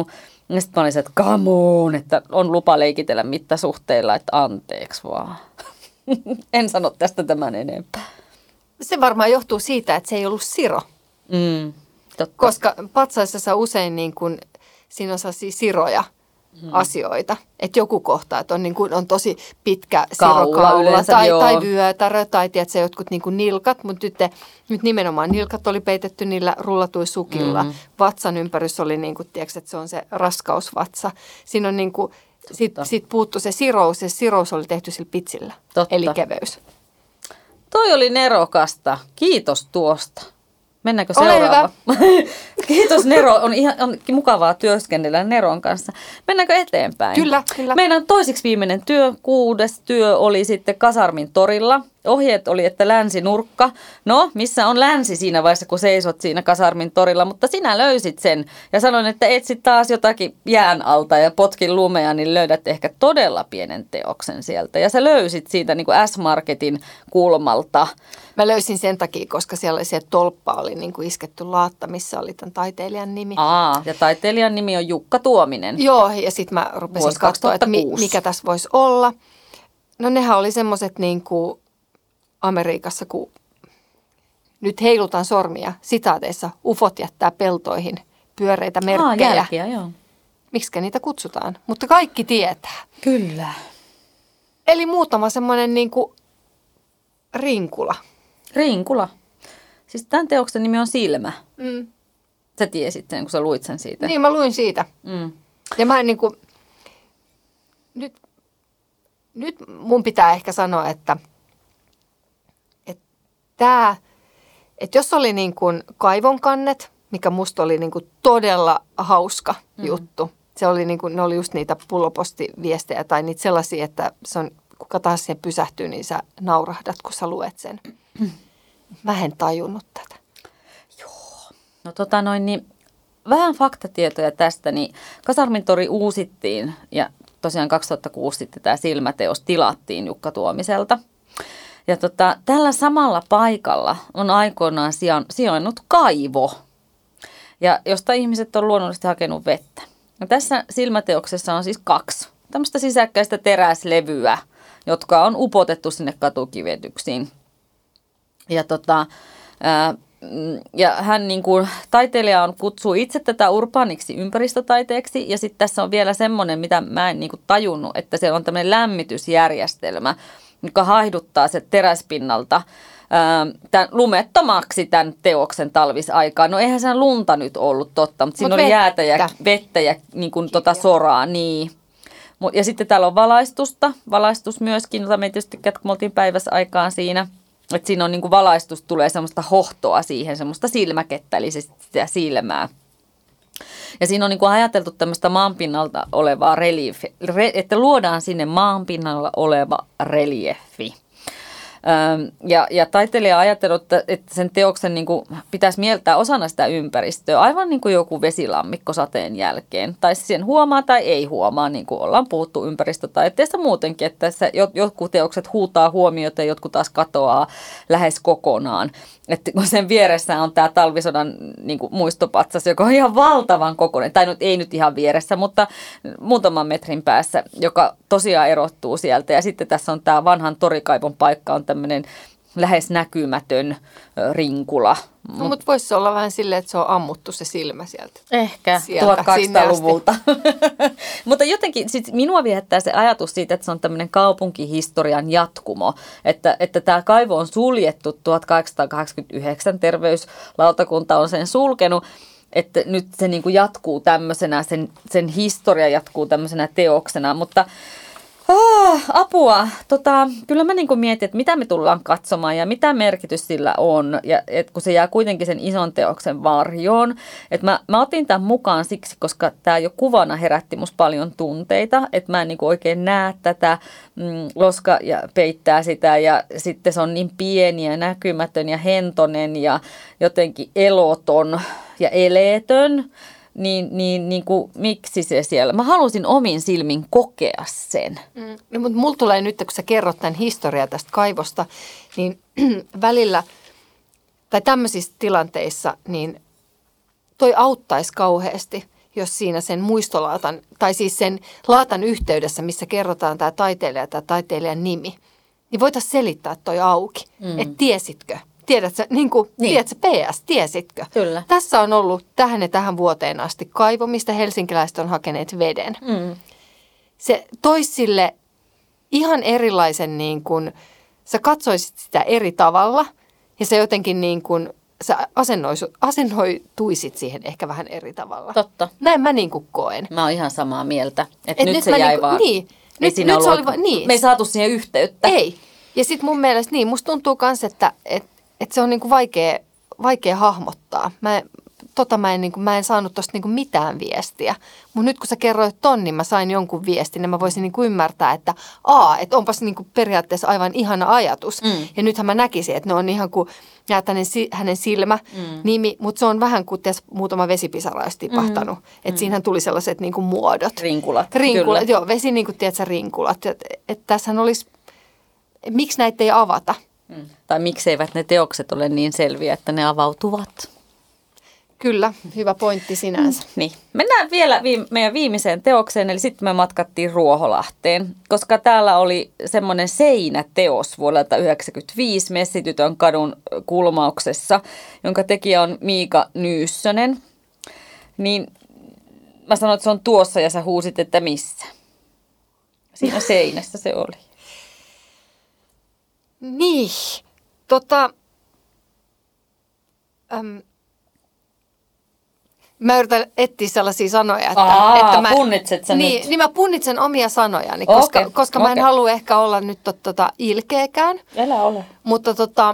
S2: Ja sitten mä olin se, että come on, että on lupa leikitellä mittasuhteilla, että anteeksi vaan. En sano tästä tämän enempää.
S1: Se varmaan johtuu siitä, että se ei ollut siro.
S2: Mm, totta.
S1: Koska patsaissa saa usein niin kuin, siinä on sellaisia siroja mm. asioita. Että joku kohta, että on, niin kuin, on tosi pitkä sirokaula tai, tai vyötärö tai tiedätkö, jotkut niin kuin nilkat. Mutta nyt, nyt nimenomaan nilkat oli peitetty niillä rullatuisukilla. Mm. Vatsan ympärys oli niin kuin, tiedätkö, että se on se raskausvatsa. Siinä on niin kuin, sitten sit puuttu se sirous ja sirous oli tehty sillä pitsillä. Totta. Eli keveys.
S2: Toi oli nerokasta. Kiitos tuosta. Mennäänkö seuraava? Kiitos Nero. On ihan on mukavaa työskennellä Neron kanssa. Mennäänkö eteenpäin?
S1: Kyllä, kyllä.
S2: Meidän toisiksi viimeinen työ, kuudes työ oli sitten Kasarmin torilla. Ohjeet oli, että länsinurkka. No, missä on länsi siinä vaiheessa, kun seisot siinä Kasarmin torilla, mutta sinä löysit sen. Ja sanoin, että etsit taas jotakin jään alta ja potkin lumea, niin löydät ehkä todella pienen teoksen sieltä. Ja sä löysit siitä niin kuin S-Marketin kulmalta.
S1: Mä löysin sen takia, koska siellä oli se tolppa oli niin kuin isketty laatta, missä oli tämän taiteilijan nimi.
S2: Aa, ja taiteilijan nimi on Jukka Tuominen.
S1: Joo, ja sitten mä rupesin katsoa, että mi, mikä tässä voisi olla. No nehän oli semmoiset niin kuin Amerikassa, kun nyt heilutan sormia sitaateissa, ufot jättää peltoihin pyöreitä merkkejä.
S2: Aa, jälkiä, joo.
S1: Miksikä niitä kutsutaan? Mutta kaikki tietää.
S2: Kyllä.
S1: Eli muutama semmoinen niin kuin rinkula.
S2: Rinkula. Siis tämän teoksen nimi on Silmä.
S1: Mm.
S2: Sä tiesit sen, kun sä luit sen siitä.
S1: Niin, mä luin siitä.
S2: Mm.
S1: Ja mä en niin kuin, nyt, nyt mun pitää ehkä sanoa, että, että tämä, että jos oli niin kuin kaivonkannet, mikä musta oli niin kuin todella hauska mm. juttu. Se oli niin kuin, ne oli just niitä pullopostiviestejä tai niitä sellaisia, että se on, kuka taas siihen pysähtyy, niin sä naurahdat, kun sä luet sen. Mm. Mä en tajunnut tätä.
S2: Joo. No tota noin, niin vähän faktatietoja tästä, niin Kasarmin tori uusittiin ja tosiaan kaksituhattakuusi sitten tämä silmäteos tilattiin Jukka Tuomiselta. Ja tota, tällä samalla paikalla on aikoinaan sijainnut kaivo, ja josta ihmiset on luonnollisesti hakenut vettä. Ja tässä silmäteoksessa on siis kaksi tämmöistä sisäkkäistä teräslevyä, jotka on upotettu sinne katukivetyksiin. Ja, tota, ää, ja hän niin kuin, taiteilija on, kutsuu itse tätä urbaaniksi ympäristötaiteeksi. Ja sitten tässä on vielä semmoinen, mitä mä en niin kuin tajunnut, että siellä on tämmöinen lämmitysjärjestelmä, joka haihduttaa se teräspinnalta tämän lumettomaksi tämän teoksen talvisaikaan. No eihän sen lunta nyt ollut totta, mutta siinä Mut oli vettä. jäätä ja vettä ja niin kuin tota soraa. Niin. Ja sitten täällä on valaistus, valaistus myöskin, jota me tietysti kun me oltiin päivässä aikaan siinä. Että siinä on niin kuin valaistus, tulee semmoista hohtoa siihen, semmoista silmäkettä, eli sitä silmää. Ja siinä on niin kuin ajateltu tämmöistä maanpinnalta olevaa reliefi, että luodaan sinne maanpinnalla oleva reliefi. Ja, ja taiteilija on ajatellut, että sen teoksen niin kuin pitäisi mieltää osana sitä ympäristöä, aivan niin kuin joku vesilammikko sateen jälkeen. Tai sen huomaa tai ei huomaa, niin kuin ollaan puhuttu ympäristötaiteesta muutenkin, että jotkut teokset huutaa huomiota ja jotkut taas katoaa lähes kokonaan. Että kun sen vieressä on tämä talvisodan niin kuin muistopatsas, joka on ihan valtavan kokoinen, tai nyt, ei nyt ihan vieressä, mutta muutaman metrin päässä, joka tosiaan erottuu sieltä. Ja sitten tässä on tämä vanhan torikaivon paikka, on tämmöinen lähes näkymätön rinkula.
S1: No, mutta voisi olla vähän silleen, että se on ammuttu se silmä sieltä.
S2: Ehkä, tuhatkaksisataaluvulta. Mutta jotenkin siis minua viehättää se ajatus siitä, että se on tämmöinen kaupunkihistorian jatkumo. Että, että tämä kaivo on suljettu tuhatkahdeksansataakahdeksankymmentäyhdeksän, terveyslautakunta on sen sulkenut. Että nyt se niin kuin jatkuu tämmöisenä, sen, sen historia jatkuu tämmöisenä teoksena, mutta Oh, apua. Tota, kyllä mä niin kuin mietin, että mitä me tullaan katsomaan ja mitä merkitys sillä on. Ja et kun se jää kuitenkin sen ison teoksen varjoon. Et mä, mä otin tämän mukaan siksi, koska tämä jo kuvana herätti musta paljon tunteita. Että mä en niin kuin oikein näe tätä. Mm, loska ja peittää sitä ja sitten se on niin pieni ja näkymätön ja hentonen ja jotenkin eloton ja eleetön. Niin, niin, niin kuin, miksi se siellä? Mä halusin omin silmin kokea sen.
S1: Mm. No, mutta mulla tulee nyt, kun sä kerrot tämän historiaa tästä kaivosta, niin välillä, tai tämmöisissä tilanteissa, niin toi auttaisi kauheasti, jos siinä sen muistolaatan, tai siis sen laatan yhteydessä, missä kerrotaan tämä taiteilija tai taiteilijan nimi, niin voitaisiin selittää toi auki. Mm. Että tiesitkö? Tiedätkö, niin kuin, niin. Tiedätkö P S, tiesitkö?
S2: Kyllä.
S1: Tässä on ollut tähän ja tähän vuoteen asti kaivo, mistä helsinkiläiset on hakeneet veden. Mm. Se toisi sille ihan erilaisen, niin kuin, sä katsoisit sitä eri tavalla ja se jotenkin niin kuin, sä asennoituisit siihen ehkä vähän eri tavalla.
S2: Totta.
S1: Näin mä niin kuin koen.
S2: Mä oon ihan samaa mieltä. Että
S1: Et
S2: nyt,
S1: nyt
S2: se jäi
S1: niin,
S2: vaan.
S1: Niin. Nyt, nyt se oli va- niin.
S2: Me ei saatu siihen yhteyttä.
S1: Ei. Ja sitten mun mielestä niin, musta tuntuu myös, että et, et se on niin kuin vaikea, vaikea hahmottaa. Mä, tota mä en, niin kuin, mä en saanut tosta niin kuin mitään viestiä. Mutta nyt kun sä kerroit ton, niin mä sain jonkun viestin ja mä voisin niin kuin ymmärtää, että aa, että onpas niin kuin periaatteessa aivan ihana ajatus. Mm. Ja nythän mä näkisin, että ne on ihan kuin hänen, hänen silmä, mm. nimi, mutta se on vähän kuin ties, muutama vesipisara olisi tipahtanut. Mm. Että mm. siinähän tuli sellaiset niin kuin muodot.
S2: Rinkulat.
S1: Rinkulat, kyllä. Joo, vesi niin kuin, tiedätkö, rinkulat. Että et tässähän olisi, miksi näitä ei avata?
S2: Mm. Tai mikseivät ne teokset ole niin selviä, että ne avautuvat.
S1: Kyllä, hyvä pointti sinänsä. Mm,
S2: niin. Mennään vielä viime, meidän viimeiseen teokseen, eli sitten me matkattiin Ruoholahteen, koska täällä oli semmoinen seinäteos vuodelta yhdeksänkymmentäviisi Messitytön kadun kulmauksessa, jonka tekijä on Miika Nyyssönen. Niin mä sanoin, että se on tuossa ja sä huusit, että missä? Siinä seinässä se oli.
S1: Niin, tota... Äm, Mä yritän etsiä sellaisia sanoja, että,
S2: Aa,
S1: että mä,
S2: punnitset sä
S1: niin,
S2: nyt?
S1: Niin mä punnitsen omia sanojani, koska,
S2: okay,
S1: koska
S2: okay.
S1: mä en halua ehkä olla nyt tot, tota, ilkeäkään.
S2: Älä ole.
S1: Mutta tota,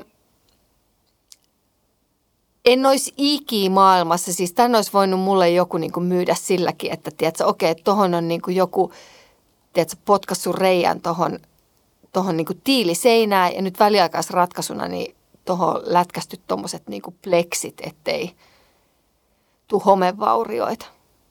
S1: en olisi ikimaailmassa, siis tän olisi voinut mulle joku niinku myydä silläkin, että tiedätkö, okei, että tohon on niinku joku, tiedätkö, potkassu reijän tohon, tohon niinku tiiliseinään ja nyt väliaikaisratkaisuna niin tohon lätkästy tommoset niinku pleksit, ettei tuu homevaurioita.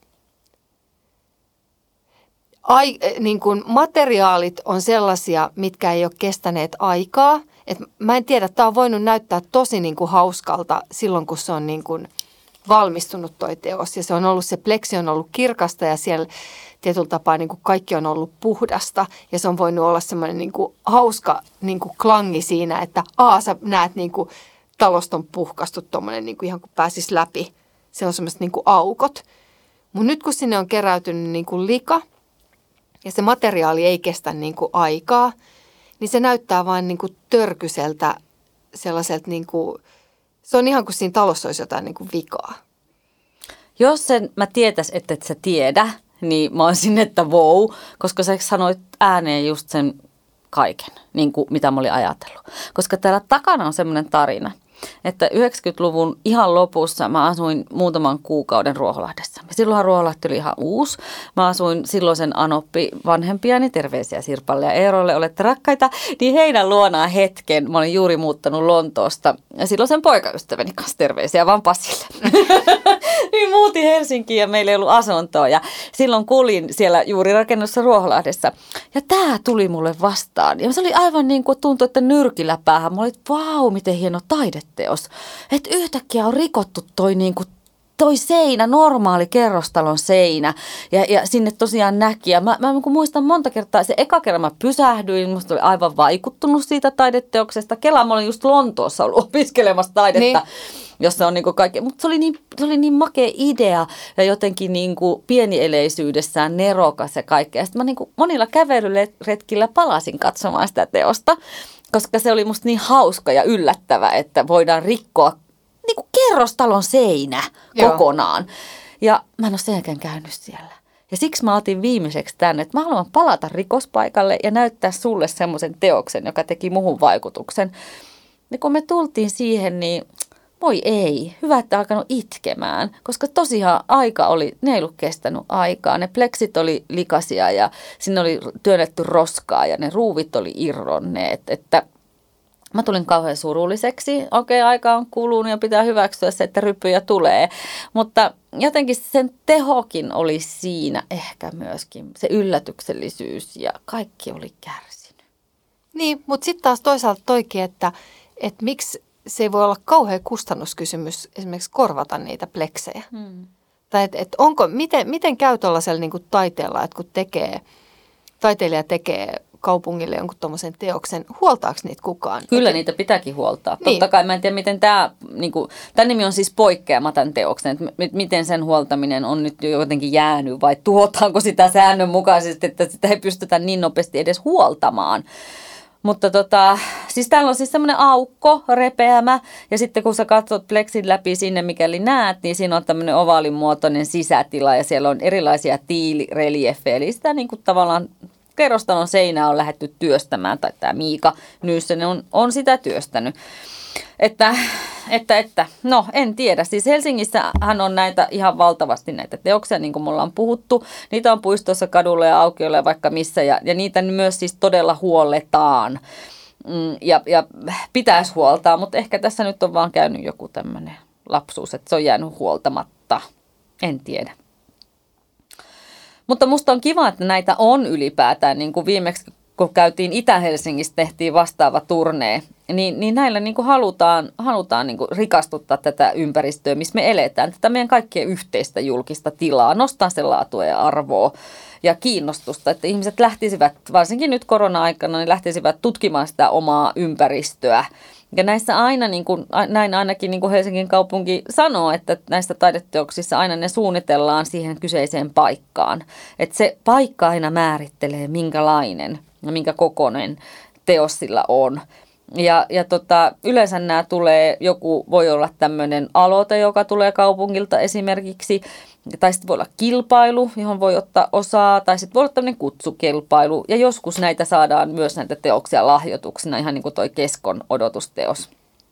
S1: Ai, niin kun materiaalit on sellaisia, mitkä ei ole kestäneet aikaa. Et mä en tiedä, tämä on voinut näyttää tosi niin kuin hauskalta silloin, kun se on niin kuin valmistunut toi teos. Ja se on ollut, se pleksi on ollut kirkasta ja siellä tietyllä tapaa niin kuin kaikki on ollut puhdasta. Ja se on voinut olla semmoinen niin kuin hauska niin kuin klangi siinä, että aa, sä näet niin kuin talosta on puhkastu tommoinen niin kuin ihan kuin pääsis läpi. Se on semmoiset niin kuin aukot. Mutta nyt kun sinne on keräytynyt niin kuin lika ja se materiaali ei kestä niin kuin aikaa, niin se näyttää vain niin kuin törkyseltä sellaiselta, niin kuin, se on ihan kuin siinä talossa olisi jotain niin kuin vikaa.
S2: Jos sen mä tietäisin, että et sä tiedä, niin mä olisin, että wow, koska sä sanoit ääneen just sen kaiken, niin kuin mitä mä olin ajatellut. Koska täällä takana on semmoinen tarina, että yhdeksänkymmentäluvun ihan lopussa mä asuin muutaman kuukauden Ruoholahdessa. Ja silloinhan Ruoholahti oli ihan uusi. Mä asuin silloisen Anoppi vanhempiani, terveisiä Sirpalle ja Eerolle, olette rakkaita, niin heidän luonaan hetken. Mä olin juuri muuttanut Lontoosta ja silloisen poikaystäväni kanssa, terveisiä vaan Pasille. Niin muutin Helsinkiin ja meillä ei ollut asuntoa ja silloin kuulin siellä juuri rakennussa Ruoholahdessa. Ja tää tuli mulle vastaan ja se oli aivan niin kuin tuntui, että nyrkillä päähän. Mä olin, että vau, miten hieno taideteos. Että yhtäkkiä on rikottu toi niin kuin toi seinä, normaali kerrostalon seinä ja, ja sinne tosiaan näki. Ja mä, mä muistan monta kertaa, se eka kerran mä pysähdyin, musta oli aivan vaikuttunut siitä taideteoksesta. Kela mä olin just Lontoossa ollut opiskelemassa taidetta. Niin. Jossa on niinku kaikki, mutta se oli niin, se oli niin makea idea ja jotenkin niinku pienieleisyydessään nerokas ja kaikkea. Sitten mä niinku monilla kävelyretkillä palasin katsomaan sitä teosta, koska se oli musta niin hauska ja yllättävä, että voidaan rikkoa niinku kerrostalon seinä Joo. kokonaan. Ja mä en ole sen jälkeen käynyt siellä. Ja siksi mä otin viimeiseksi tänne, että mä haluan palata rikospaikalle ja näyttää sulle semmoisen teoksen, joka teki muhun vaikutuksen. Ja kun me tultiin siihen, niin voi ei, hyvä, että alkanut itkemään, koska tosiaan aika oli, ne ei ollut kestänyt aikaa. Ne pleksit oli likaisia ja sinne oli työnnetty roskaa ja ne ruuvit oli irronneet, että mä tulin kauhean surulliseksi. Okei, aika on kulunut ja pitää hyväksyä se, että ryppyjä tulee, mutta jotenkin sen tehokin oli siinä ehkä myöskin, se yllätyksellisyys ja kaikki oli kärsinyt.
S1: Niin, mutta sitten taas toisaalta toikin, että, että miksi se ei voi olla kauhean kustannuskysymys esimerkiksi korvata niitä pleksejä. Hmm. Tai että et onko, miten, miten käy tuollaisella niin kuin taiteella, että kun tekee, taiteilija tekee kaupungille jonkun tuommoisen teoksen, huoltaako niitä kukaan?
S2: Kyllä
S1: et,
S2: niitä pitääkin huoltaa.
S1: Niin.
S2: Totta kai mä en tiedä, miten tämä, niin kuin, tämä nimi on siis poikkeama tämän teoksen, että m- miten sen huoltaminen on nyt jotenkin jäänyt vai tuhotaanko sitä säännönmukaisesti, että sitä ei pystytä niin nopeasti edes huoltamaan. Mutta tota, siis täällä on siis semmoinen aukko, repeämä, ja sitten kun sä katsot pleksin läpi sinne, mikäli näet, niin siinä on tämmöinen ovaalimuotoinen sisätila, ja siellä on erilaisia tiilireliefejä, eli sitä niin kuin tavallaan kerrostalon seinää on lähdetty työstämään, tai tämä Miika Nyyssönen on, on sitä työstänyt. Että, että, että, no en tiedä. Siis Helsingissähän on näitä ihan valtavasti näitä teoksia, niin kuin me ollaan puhuttu. Niitä on puistossa, kadulla ja aukioilla ja vaikka missä, ja, ja niitä myös siis todella huolletaan. Mm, ja, ja pitäisi huoltaa, mutta ehkä tässä nyt on vaan käynyt joku tämmöinen lapsuus, että se on jäänyt huoltamatta. En tiedä. Mutta musta on kiva, että näitä on ylipäätään, niin kuin viimeksi kun käytiin Itä-Helsingissä, tehtiin vastaava turnee, niin, niin näillä niin kuin halutaan, halutaan niin kuin rikastuttaa tätä ympäristöä, missä me eletään, tätä meidän kaikkien yhteistä julkista tilaa, nostaa sen laatua ja arvoa ja kiinnostusta, että ihmiset lähtisivät, varsinkin nyt korona-aikana, niin lähtisivät tutkimaan sitä omaa ympäristöä. Ja näissä aina, niin kuin, näin ainakin niin kuin Helsingin kaupunki sanoo, että näissä taideteoksissa aina ne suunnitellaan siihen kyseiseen paikkaan. Että se paikka aina määrittelee, minkälainen ja minkä kokoinen teos sillä on. Ja, ja tota, yleensä nämä tulee, joku voi olla tämmöinen aloite, joka tulee kaupungilta esimerkiksi, tai sitten voi olla kilpailu, johon voi ottaa osaa, tai sitten voi olla tämmöinen kutsukilpailu, ja joskus näitä saadaan myös näitä teoksia lahjoituksena, ihan niin kuin toi Keskon odotusteos.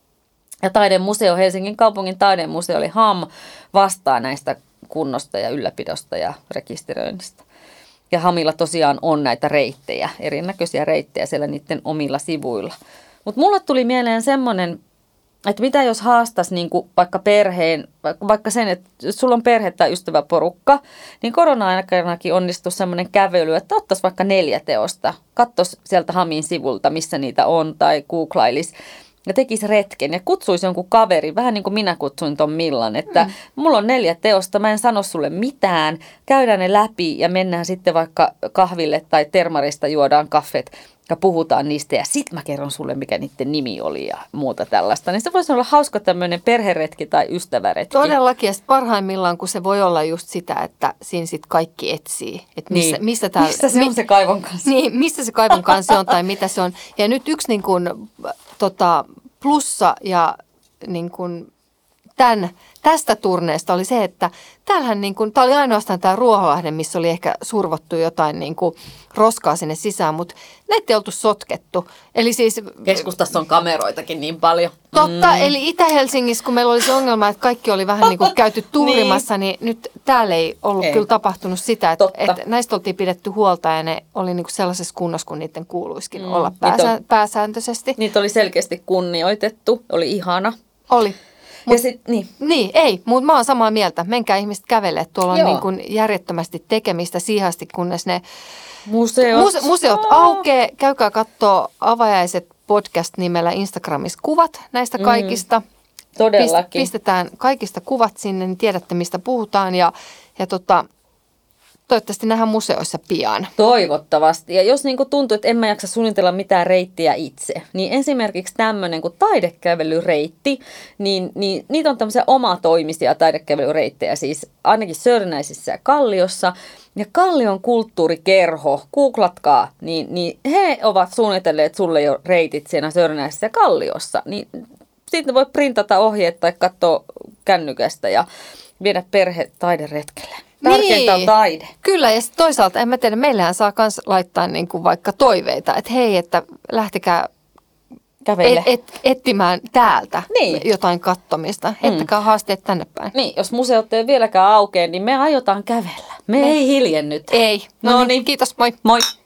S2: Ja taidemuseo, Helsingin kaupungin taidemuseo, eli H A M, vastaa näistä kunnosta ja ylläpidosta ja rekisteröinnistä. Ja Hamilla tosiaan on näitä reittejä, erinäköisiä reittejä siellä niiden omilla sivuilla. Mutta mulle tuli mieleen semmoinen, että mitä jos haastaisi niin kuin vaikka perheen, vaikka sen, että jos sulla on perhe tai ystäväporukka, niin korona-aikanakin onnistuisi semmoinen kävely, että ottaisi vaikka neljä teosta, katsoisi sieltä Hamin sivulta, missä niitä on, tai googlailisi ja tekisi retken ja kutsuisi jonkun kaverin, vähän niin kuin minä kutsuin ton Millan, että mm. mulla on neljä teosta, mä en sano sulle mitään, käydään ne läpi ja mennään sitten vaikka kahville tai termarista juodaan kaffet ja puhutaan niistä ja sit mä kerron sulle, mikä niiden nimi oli ja muuta tällaista. Niin se voisi olla hauska tämmöinen perheretki tai ystäväretki.
S1: Todellakin, ja parhaimmillaan, kun se voi olla just sitä, että siinä sit kaikki etsii. Että missä,
S2: niin.
S1: missä, tää,
S2: missä se mi- on se kaivon kanssa?
S1: Niin, missä se kaivon kanssa on tai mitä se on. Ja nyt yksi niin kuin, tota, plussa ja niin kuin, tämän, tästä turneesta oli se, että täällähän niin kuin, tämä oli ainoastaan tämä Ruoholahden, missä oli ehkä survottu jotain niin kuin roskaa sinne sisään, mutta näitä ei oltu sotkettu. Eli siis,
S2: keskustassa on kameroitakin niin paljon.
S1: Totta, mm. eli Itä-Helsingissä, kun meillä oli se ongelma, että kaikki oli vähän niin kuin käyty tuurimassa, niin. niin nyt täällä ei ollut ei. kyllä tapahtunut sitä, että, että näistä oltiin pidetty huolta ja ne oli niin kuin sellaisessa kunnossa, kun niiden kuuluisikin mm. olla pääsä, on, pääsääntöisesti.
S2: Niitä oli selkeästi kunnioitettu, oli ihana.
S1: Oli. Mut,
S2: sit, niin.
S1: niin, ei, mutta mä oon samaa mieltä. Menkää ihmiset kävelee. Tuolla on niin kuin järjettömästi tekemistä siihen asti, kunnes ne
S2: museot,
S1: muse, museot aukeaa. Käykää katsoa Avajaiset podcast-nimellä Instagramissa kuvat näistä kaikista. Mm,
S2: todellakin.
S1: Pistetään kaikista kuvat sinne, niin tiedätte mistä puhutaan ja, ja tota, toivottavasti nähdään museoissa pian.
S2: Toivottavasti. Ja jos niin kuin tuntuu, että en mä jaksa suunnitella mitään reittiä itse, niin esimerkiksi tämmöinen kuin taidekävelyreitti, niin, niin niitä on tämmöisiä omatoimisia taidekävelyreittejä, siis ainakin Sörnäisissä ja Kalliossa. Ja Kallion kulttuurikerho, googlatkaa, niin, niin he ovat suunnitelleet sulle jo reitit siinä Sörnäisissä ja Kalliossa. Niin siitä voi printata ohjeet tai katsoa kännykästä ja viedä perhe taideretkelle. Tärkeintä
S1: niin,
S2: on taide.
S1: Kyllä, ja toisaalta, en mä tiedä, meillähän saa myös laittaa niin kuin vaikka toiveita, että hei, että lähtekää et, et, etsimään täältä niin. jotain kattomista. Heittäkää mm. haasteet tänne päin.
S2: Niin, jos museot ei vieläkään aukea, niin me aiotaan kävellä. Me, me ei hiljennyt.
S1: Ei. No, no niin, kiitos, moi.
S2: Moi.